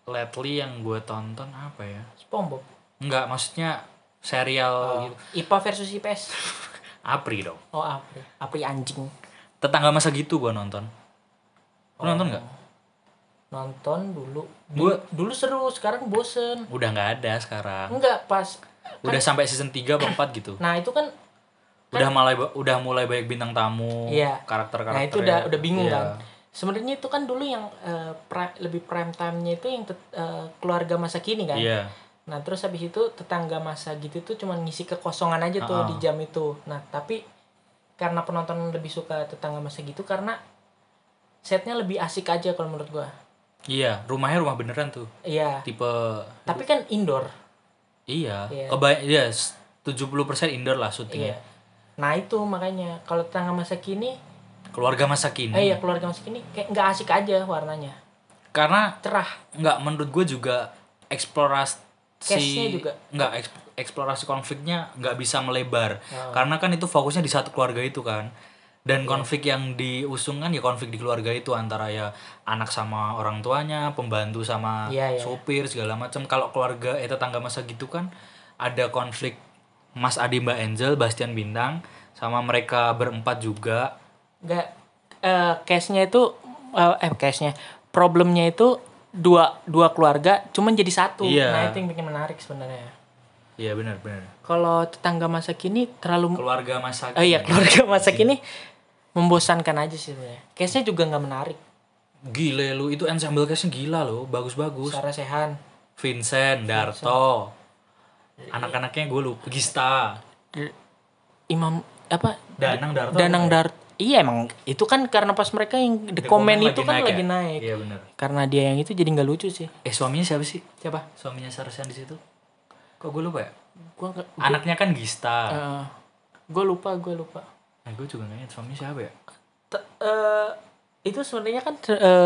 lately yang gue tonton apa ya? SpongeBob. Enggak, maksudnya serial gitu. IPA versus IPS. Apri dong. Oh, Apri anjing. Tetangga masa gitu gue nonton. Lu nonton nggak? Nonton dulu. Gua- Dulu seru, sekarang bosen. Udah nggak ada sekarang. Enggak pas. Udah sampai season 3 atau 4 gitu. Nah, itu kan Udah mulai banyak bintang tamu, iya. karakter-karakter. Nah, itu udah bingung Iya. kan. Sebenarnya itu kan dulu yang lebih prime time-nya itu yang keluarga masa kini kan. Iya. Nah, terus habis itu tetangga masa gitu tuh cuma ngisi kekosongan aja tuh di jam itu. Nah, tapi karena penonton lebih suka tetangga masa gitu karena setnya lebih asik aja kalau menurut gua. Iya, rumahnya rumah beneran tuh. Iya. Tipe Tapi kan indoor. iya, Iya. 70% indoor lah syutingnya. Iya. Nah, itu makanya kalau tetangga masa kini, Keluarga masa kini. iya keluarga masa kini kayak nggak asik aja warnanya. Karena Cerah. nggak, menurut gue juga eksplorasi Case-nya juga. eksplorasi konfliknya nggak bisa melebar. Karena kan itu fokusnya di satu keluarga itu kan. Dan konflik yang diusung kan ya konflik di keluarga itu antara ya anak sama orang tuanya, pembantu sama Iya, iya. sopir segala macam. Kalau keluarga tetangga masa gitu kan ada konflik Mas Adi, Mbak Angel, Bastian Bintang sama mereka berempat juga. Nggak case-nya itu case-nya problemnya itu dua keluarga cuman jadi satu. Iya. Nah, itu yang bikin menarik sebenarnya. Iya benar. Kalau tetangga masa kini terlalu Keluarga masa iya keluarga masa kini membosankan aja sih sebenarnya. Case-nya juga nggak menarik. Gile lu, itu ensemble cast-nya gila loh, bagus-bagus. Sarah Sechan, Vincent, Darto, anak-anaknya gue lupa, Gista, Imam apa? Danang, Darto. Danang Dart. Iya emang itu kan karena pas mereka yang the comment itu kan lagi naik. Iya benar. Karena dia yang itu jadi nggak lucu sih. Suaminya siapa sih? Siapa? Suaminya Sarsian di situ. Kok gue lupa ya? Gua Anaknya kan Gista. gue lupa. Nah, gue juga nggak ingat suaminya siapa ya? Itu sebenarnya kan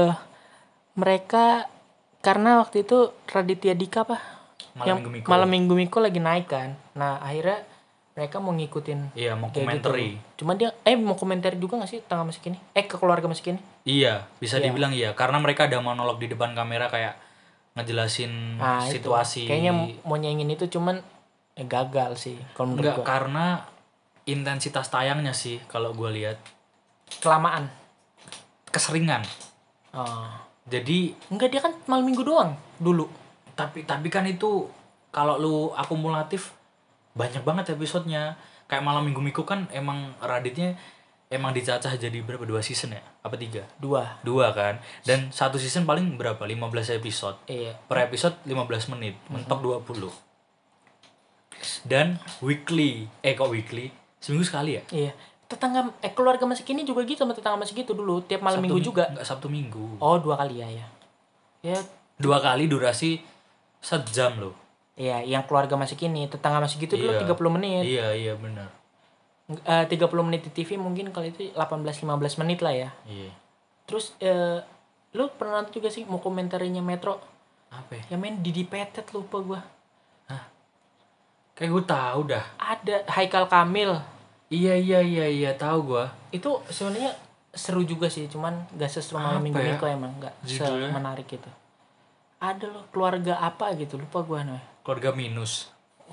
mereka karena waktu itu Raditya Dika apa? Malam Minggu Miko lagi naik kan. Nah, akhirnya mereka mau ngikutin. Iya, mau kayak komentari. Gitu. Cuma dia mau komentari juga gak sih tengah masih kini? Ke keluarga masih kini? Iya, bisa dibilang iya. Karena mereka ada monolog di depan kamera kayak ngejelasin situasi. Itu. Kayaknya mau nyanyiin itu cuman gagal sih kalau menurut Enggak, gua. karena intensitas tayangnya sih kalau gue lihat Kelamaan. keseringan. Jadi Enggak, dia kan malam minggu doang dulu. tapi kan itu kalau lu akumulatif banyak banget episodenya. Kayak Malam Minggu Miko kan emang Raditnya emang dicacah jadi berapa, 2 season ya? Apa 3? 2 kan. Dan satu season paling berapa? 15 episode. Iya. Per episode 15 menit, mentok 20. Dan weekly. Kok weekly? Seminggu sekali ya? Iya. Tetangga keluarga masih kini juga gitu sama tetangga masih gitu dulu tiap malam minggu juga. Enggak, Sabtu Minggu. Oh, 2 kali ya. Ya 2 kali durasi 1 jam loh. iya, yang keluarga masih kini, tetangga masih gitu dulu 30 menit. Iya benar. 30 menit di TV mungkin kalau itu 18-15 menit lah ya. Iya. Terus lu pernah nonton juga sih mau komentarinya Metro? Apa ya? Yang main Didi Petet, lupa gua. Kayak gue tahu dah. Ada Haikal Kamil. Iya, tahu gua. Itu sebenarnya seru juga sih, cuman gak seseru Malam Minggu Miko emang gak menarik gitu. Ada loh keluarga apa gitu, lupa gua namanya. Keluarga Minus.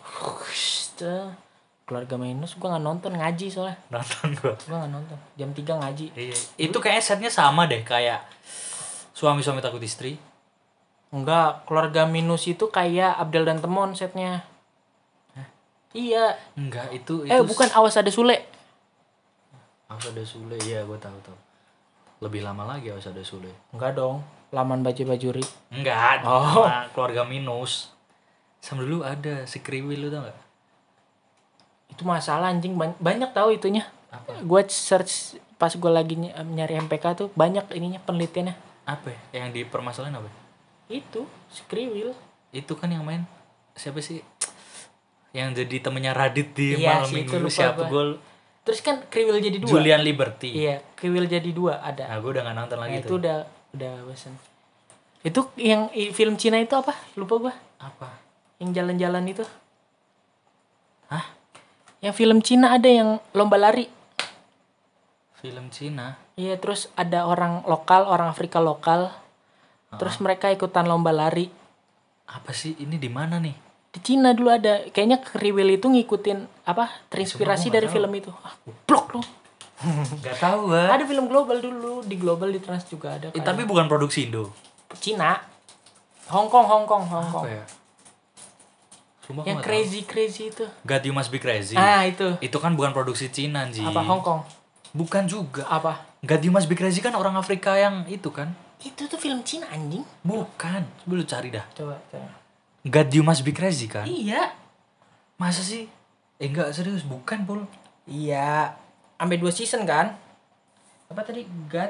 Keluarga Minus gua nggak nonton, ngaji soalnya. Nonton gua. Gua nggak nonton. Jam 3 ngaji. Iya. Itu kayaknya setnya sama deh kayak Suami-Suami Takut Istri. Enggak, Keluarga Minus itu kayak Abdel dan Temon setnya. Iya. Enggak, itu Bukan, Awas Ada Sule. Awas Ada Sule, iya gua tahu. Lebih lama lagi Awas Ada Sule. Enggak dong, Laman Bajuri. Enggak, sama Keluarga Minus. Sama dulu ada si Kriwil, lu tau gak? Itu masalah anjing, banyak tahu itunya. Apa? Gue search pas gue lagi nyari MPK tuh banyak ininya penelitiannya. Apa ya? Yang dipermasalahin apa? Itu Skriwil. Itu kan yang main siapa sih? Yang jadi temennya Radit di Iya, Malam sih, Minggu, itu lupa siapa gua. gol? Terus kan Kriwil jadi 2. Julian Liberty. Iya, Kriwil jadi 2 ada. Nah, gue udah gak nonton lagi Itu udah bosan. Itu yang film Cina itu apa? Lupa gua. Apa? Yang jalan-jalan itu. Hah? Yang film Cina ada yang lomba lari. Film Cina? Iya, terus ada orang lokal, orang Afrika lokal. Terus mereka ikutan lomba lari. Apa sih ini di mana nih? Di Cina dulu ada. Kayaknya Kriwil itu ngikutin terinspirasi dari film itu. Goblok lu. Gak tahu gua. Ada film global dulu, di global di Trans juga ada. Tapi bukan produksi Indo. Cina. Hong Kong. Apa ya? Sumpah Yang crazy itu. God You Must Be Crazy. Itu. Itu kan bukan produksi Cina, Ji. Apa Hong Kong? Bukan juga. Apa? God You Must Be Crazy kan orang Afrika yang itu kan? Itu tuh film Cina anjing. Bukan. Coba lu cari dah. Coba. God You Must Be Crazy kan? Iya. Masa sih? Enggak serius, bukan, Pul. Iya. Sampai 2 season kan? Apa tadi? God.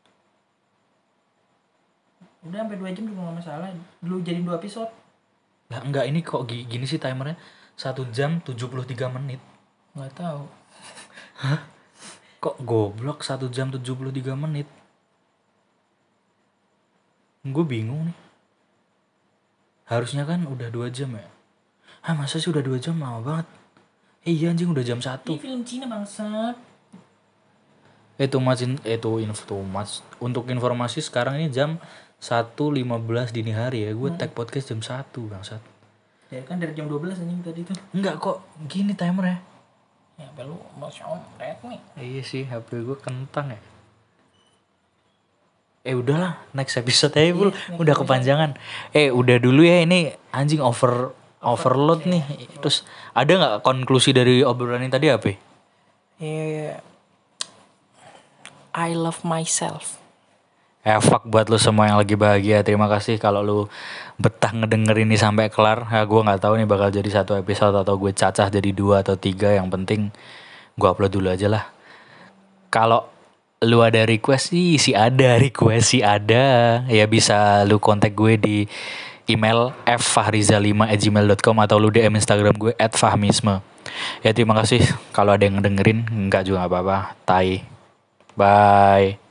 Udah sampai 2 jam juga gak masalah. Dulu jadi 2 episode. Lah enggak, ini kok gini sih timernya? 1 jam 73 menit. Gak tahu. Kok goblok 1 jam 73 menit? Gue bingung nih. Harusnya kan udah 2 jam ya? Masa sih udah 2 jam? Lama banget. Iya anjing udah jam 1. Ini film Cina bangsat. Itu mas. Untuk informasi sekarang ini jam 1.15 dini hari ya. Gue tag podcast jam 1 bangsat. Ya kan dari jam 12 anjing tadi tuh. Enggak kok gini timernya. Ya perlu mau red nih. Iya sih HP gue kentang ya. Udahlah next episode aja Bul. Udah kepanjangan. Udah dulu ya ini anjing overload nih. Terus ada nggak konklusi dari obrolan ini tadi apa? I love myself. Fuck buat lu semua yang lagi bahagia. Terima kasih kalau lu betah ngedenger ini sampai kelar. Gue nggak tahu nih bakal jadi 1 episode atau gue cacah jadi 2 atau 3. Yang penting gue upload dulu aja lah. Kalau lu ada request sih ada. Ya bisa lu kontak gue di email ffahriza5@gmail.com atau lu DM Instagram gue @fahmisme. Ya terima kasih kalau ada yang ngedengerin. Enggak juga gak apa-apa. Tai. Bye.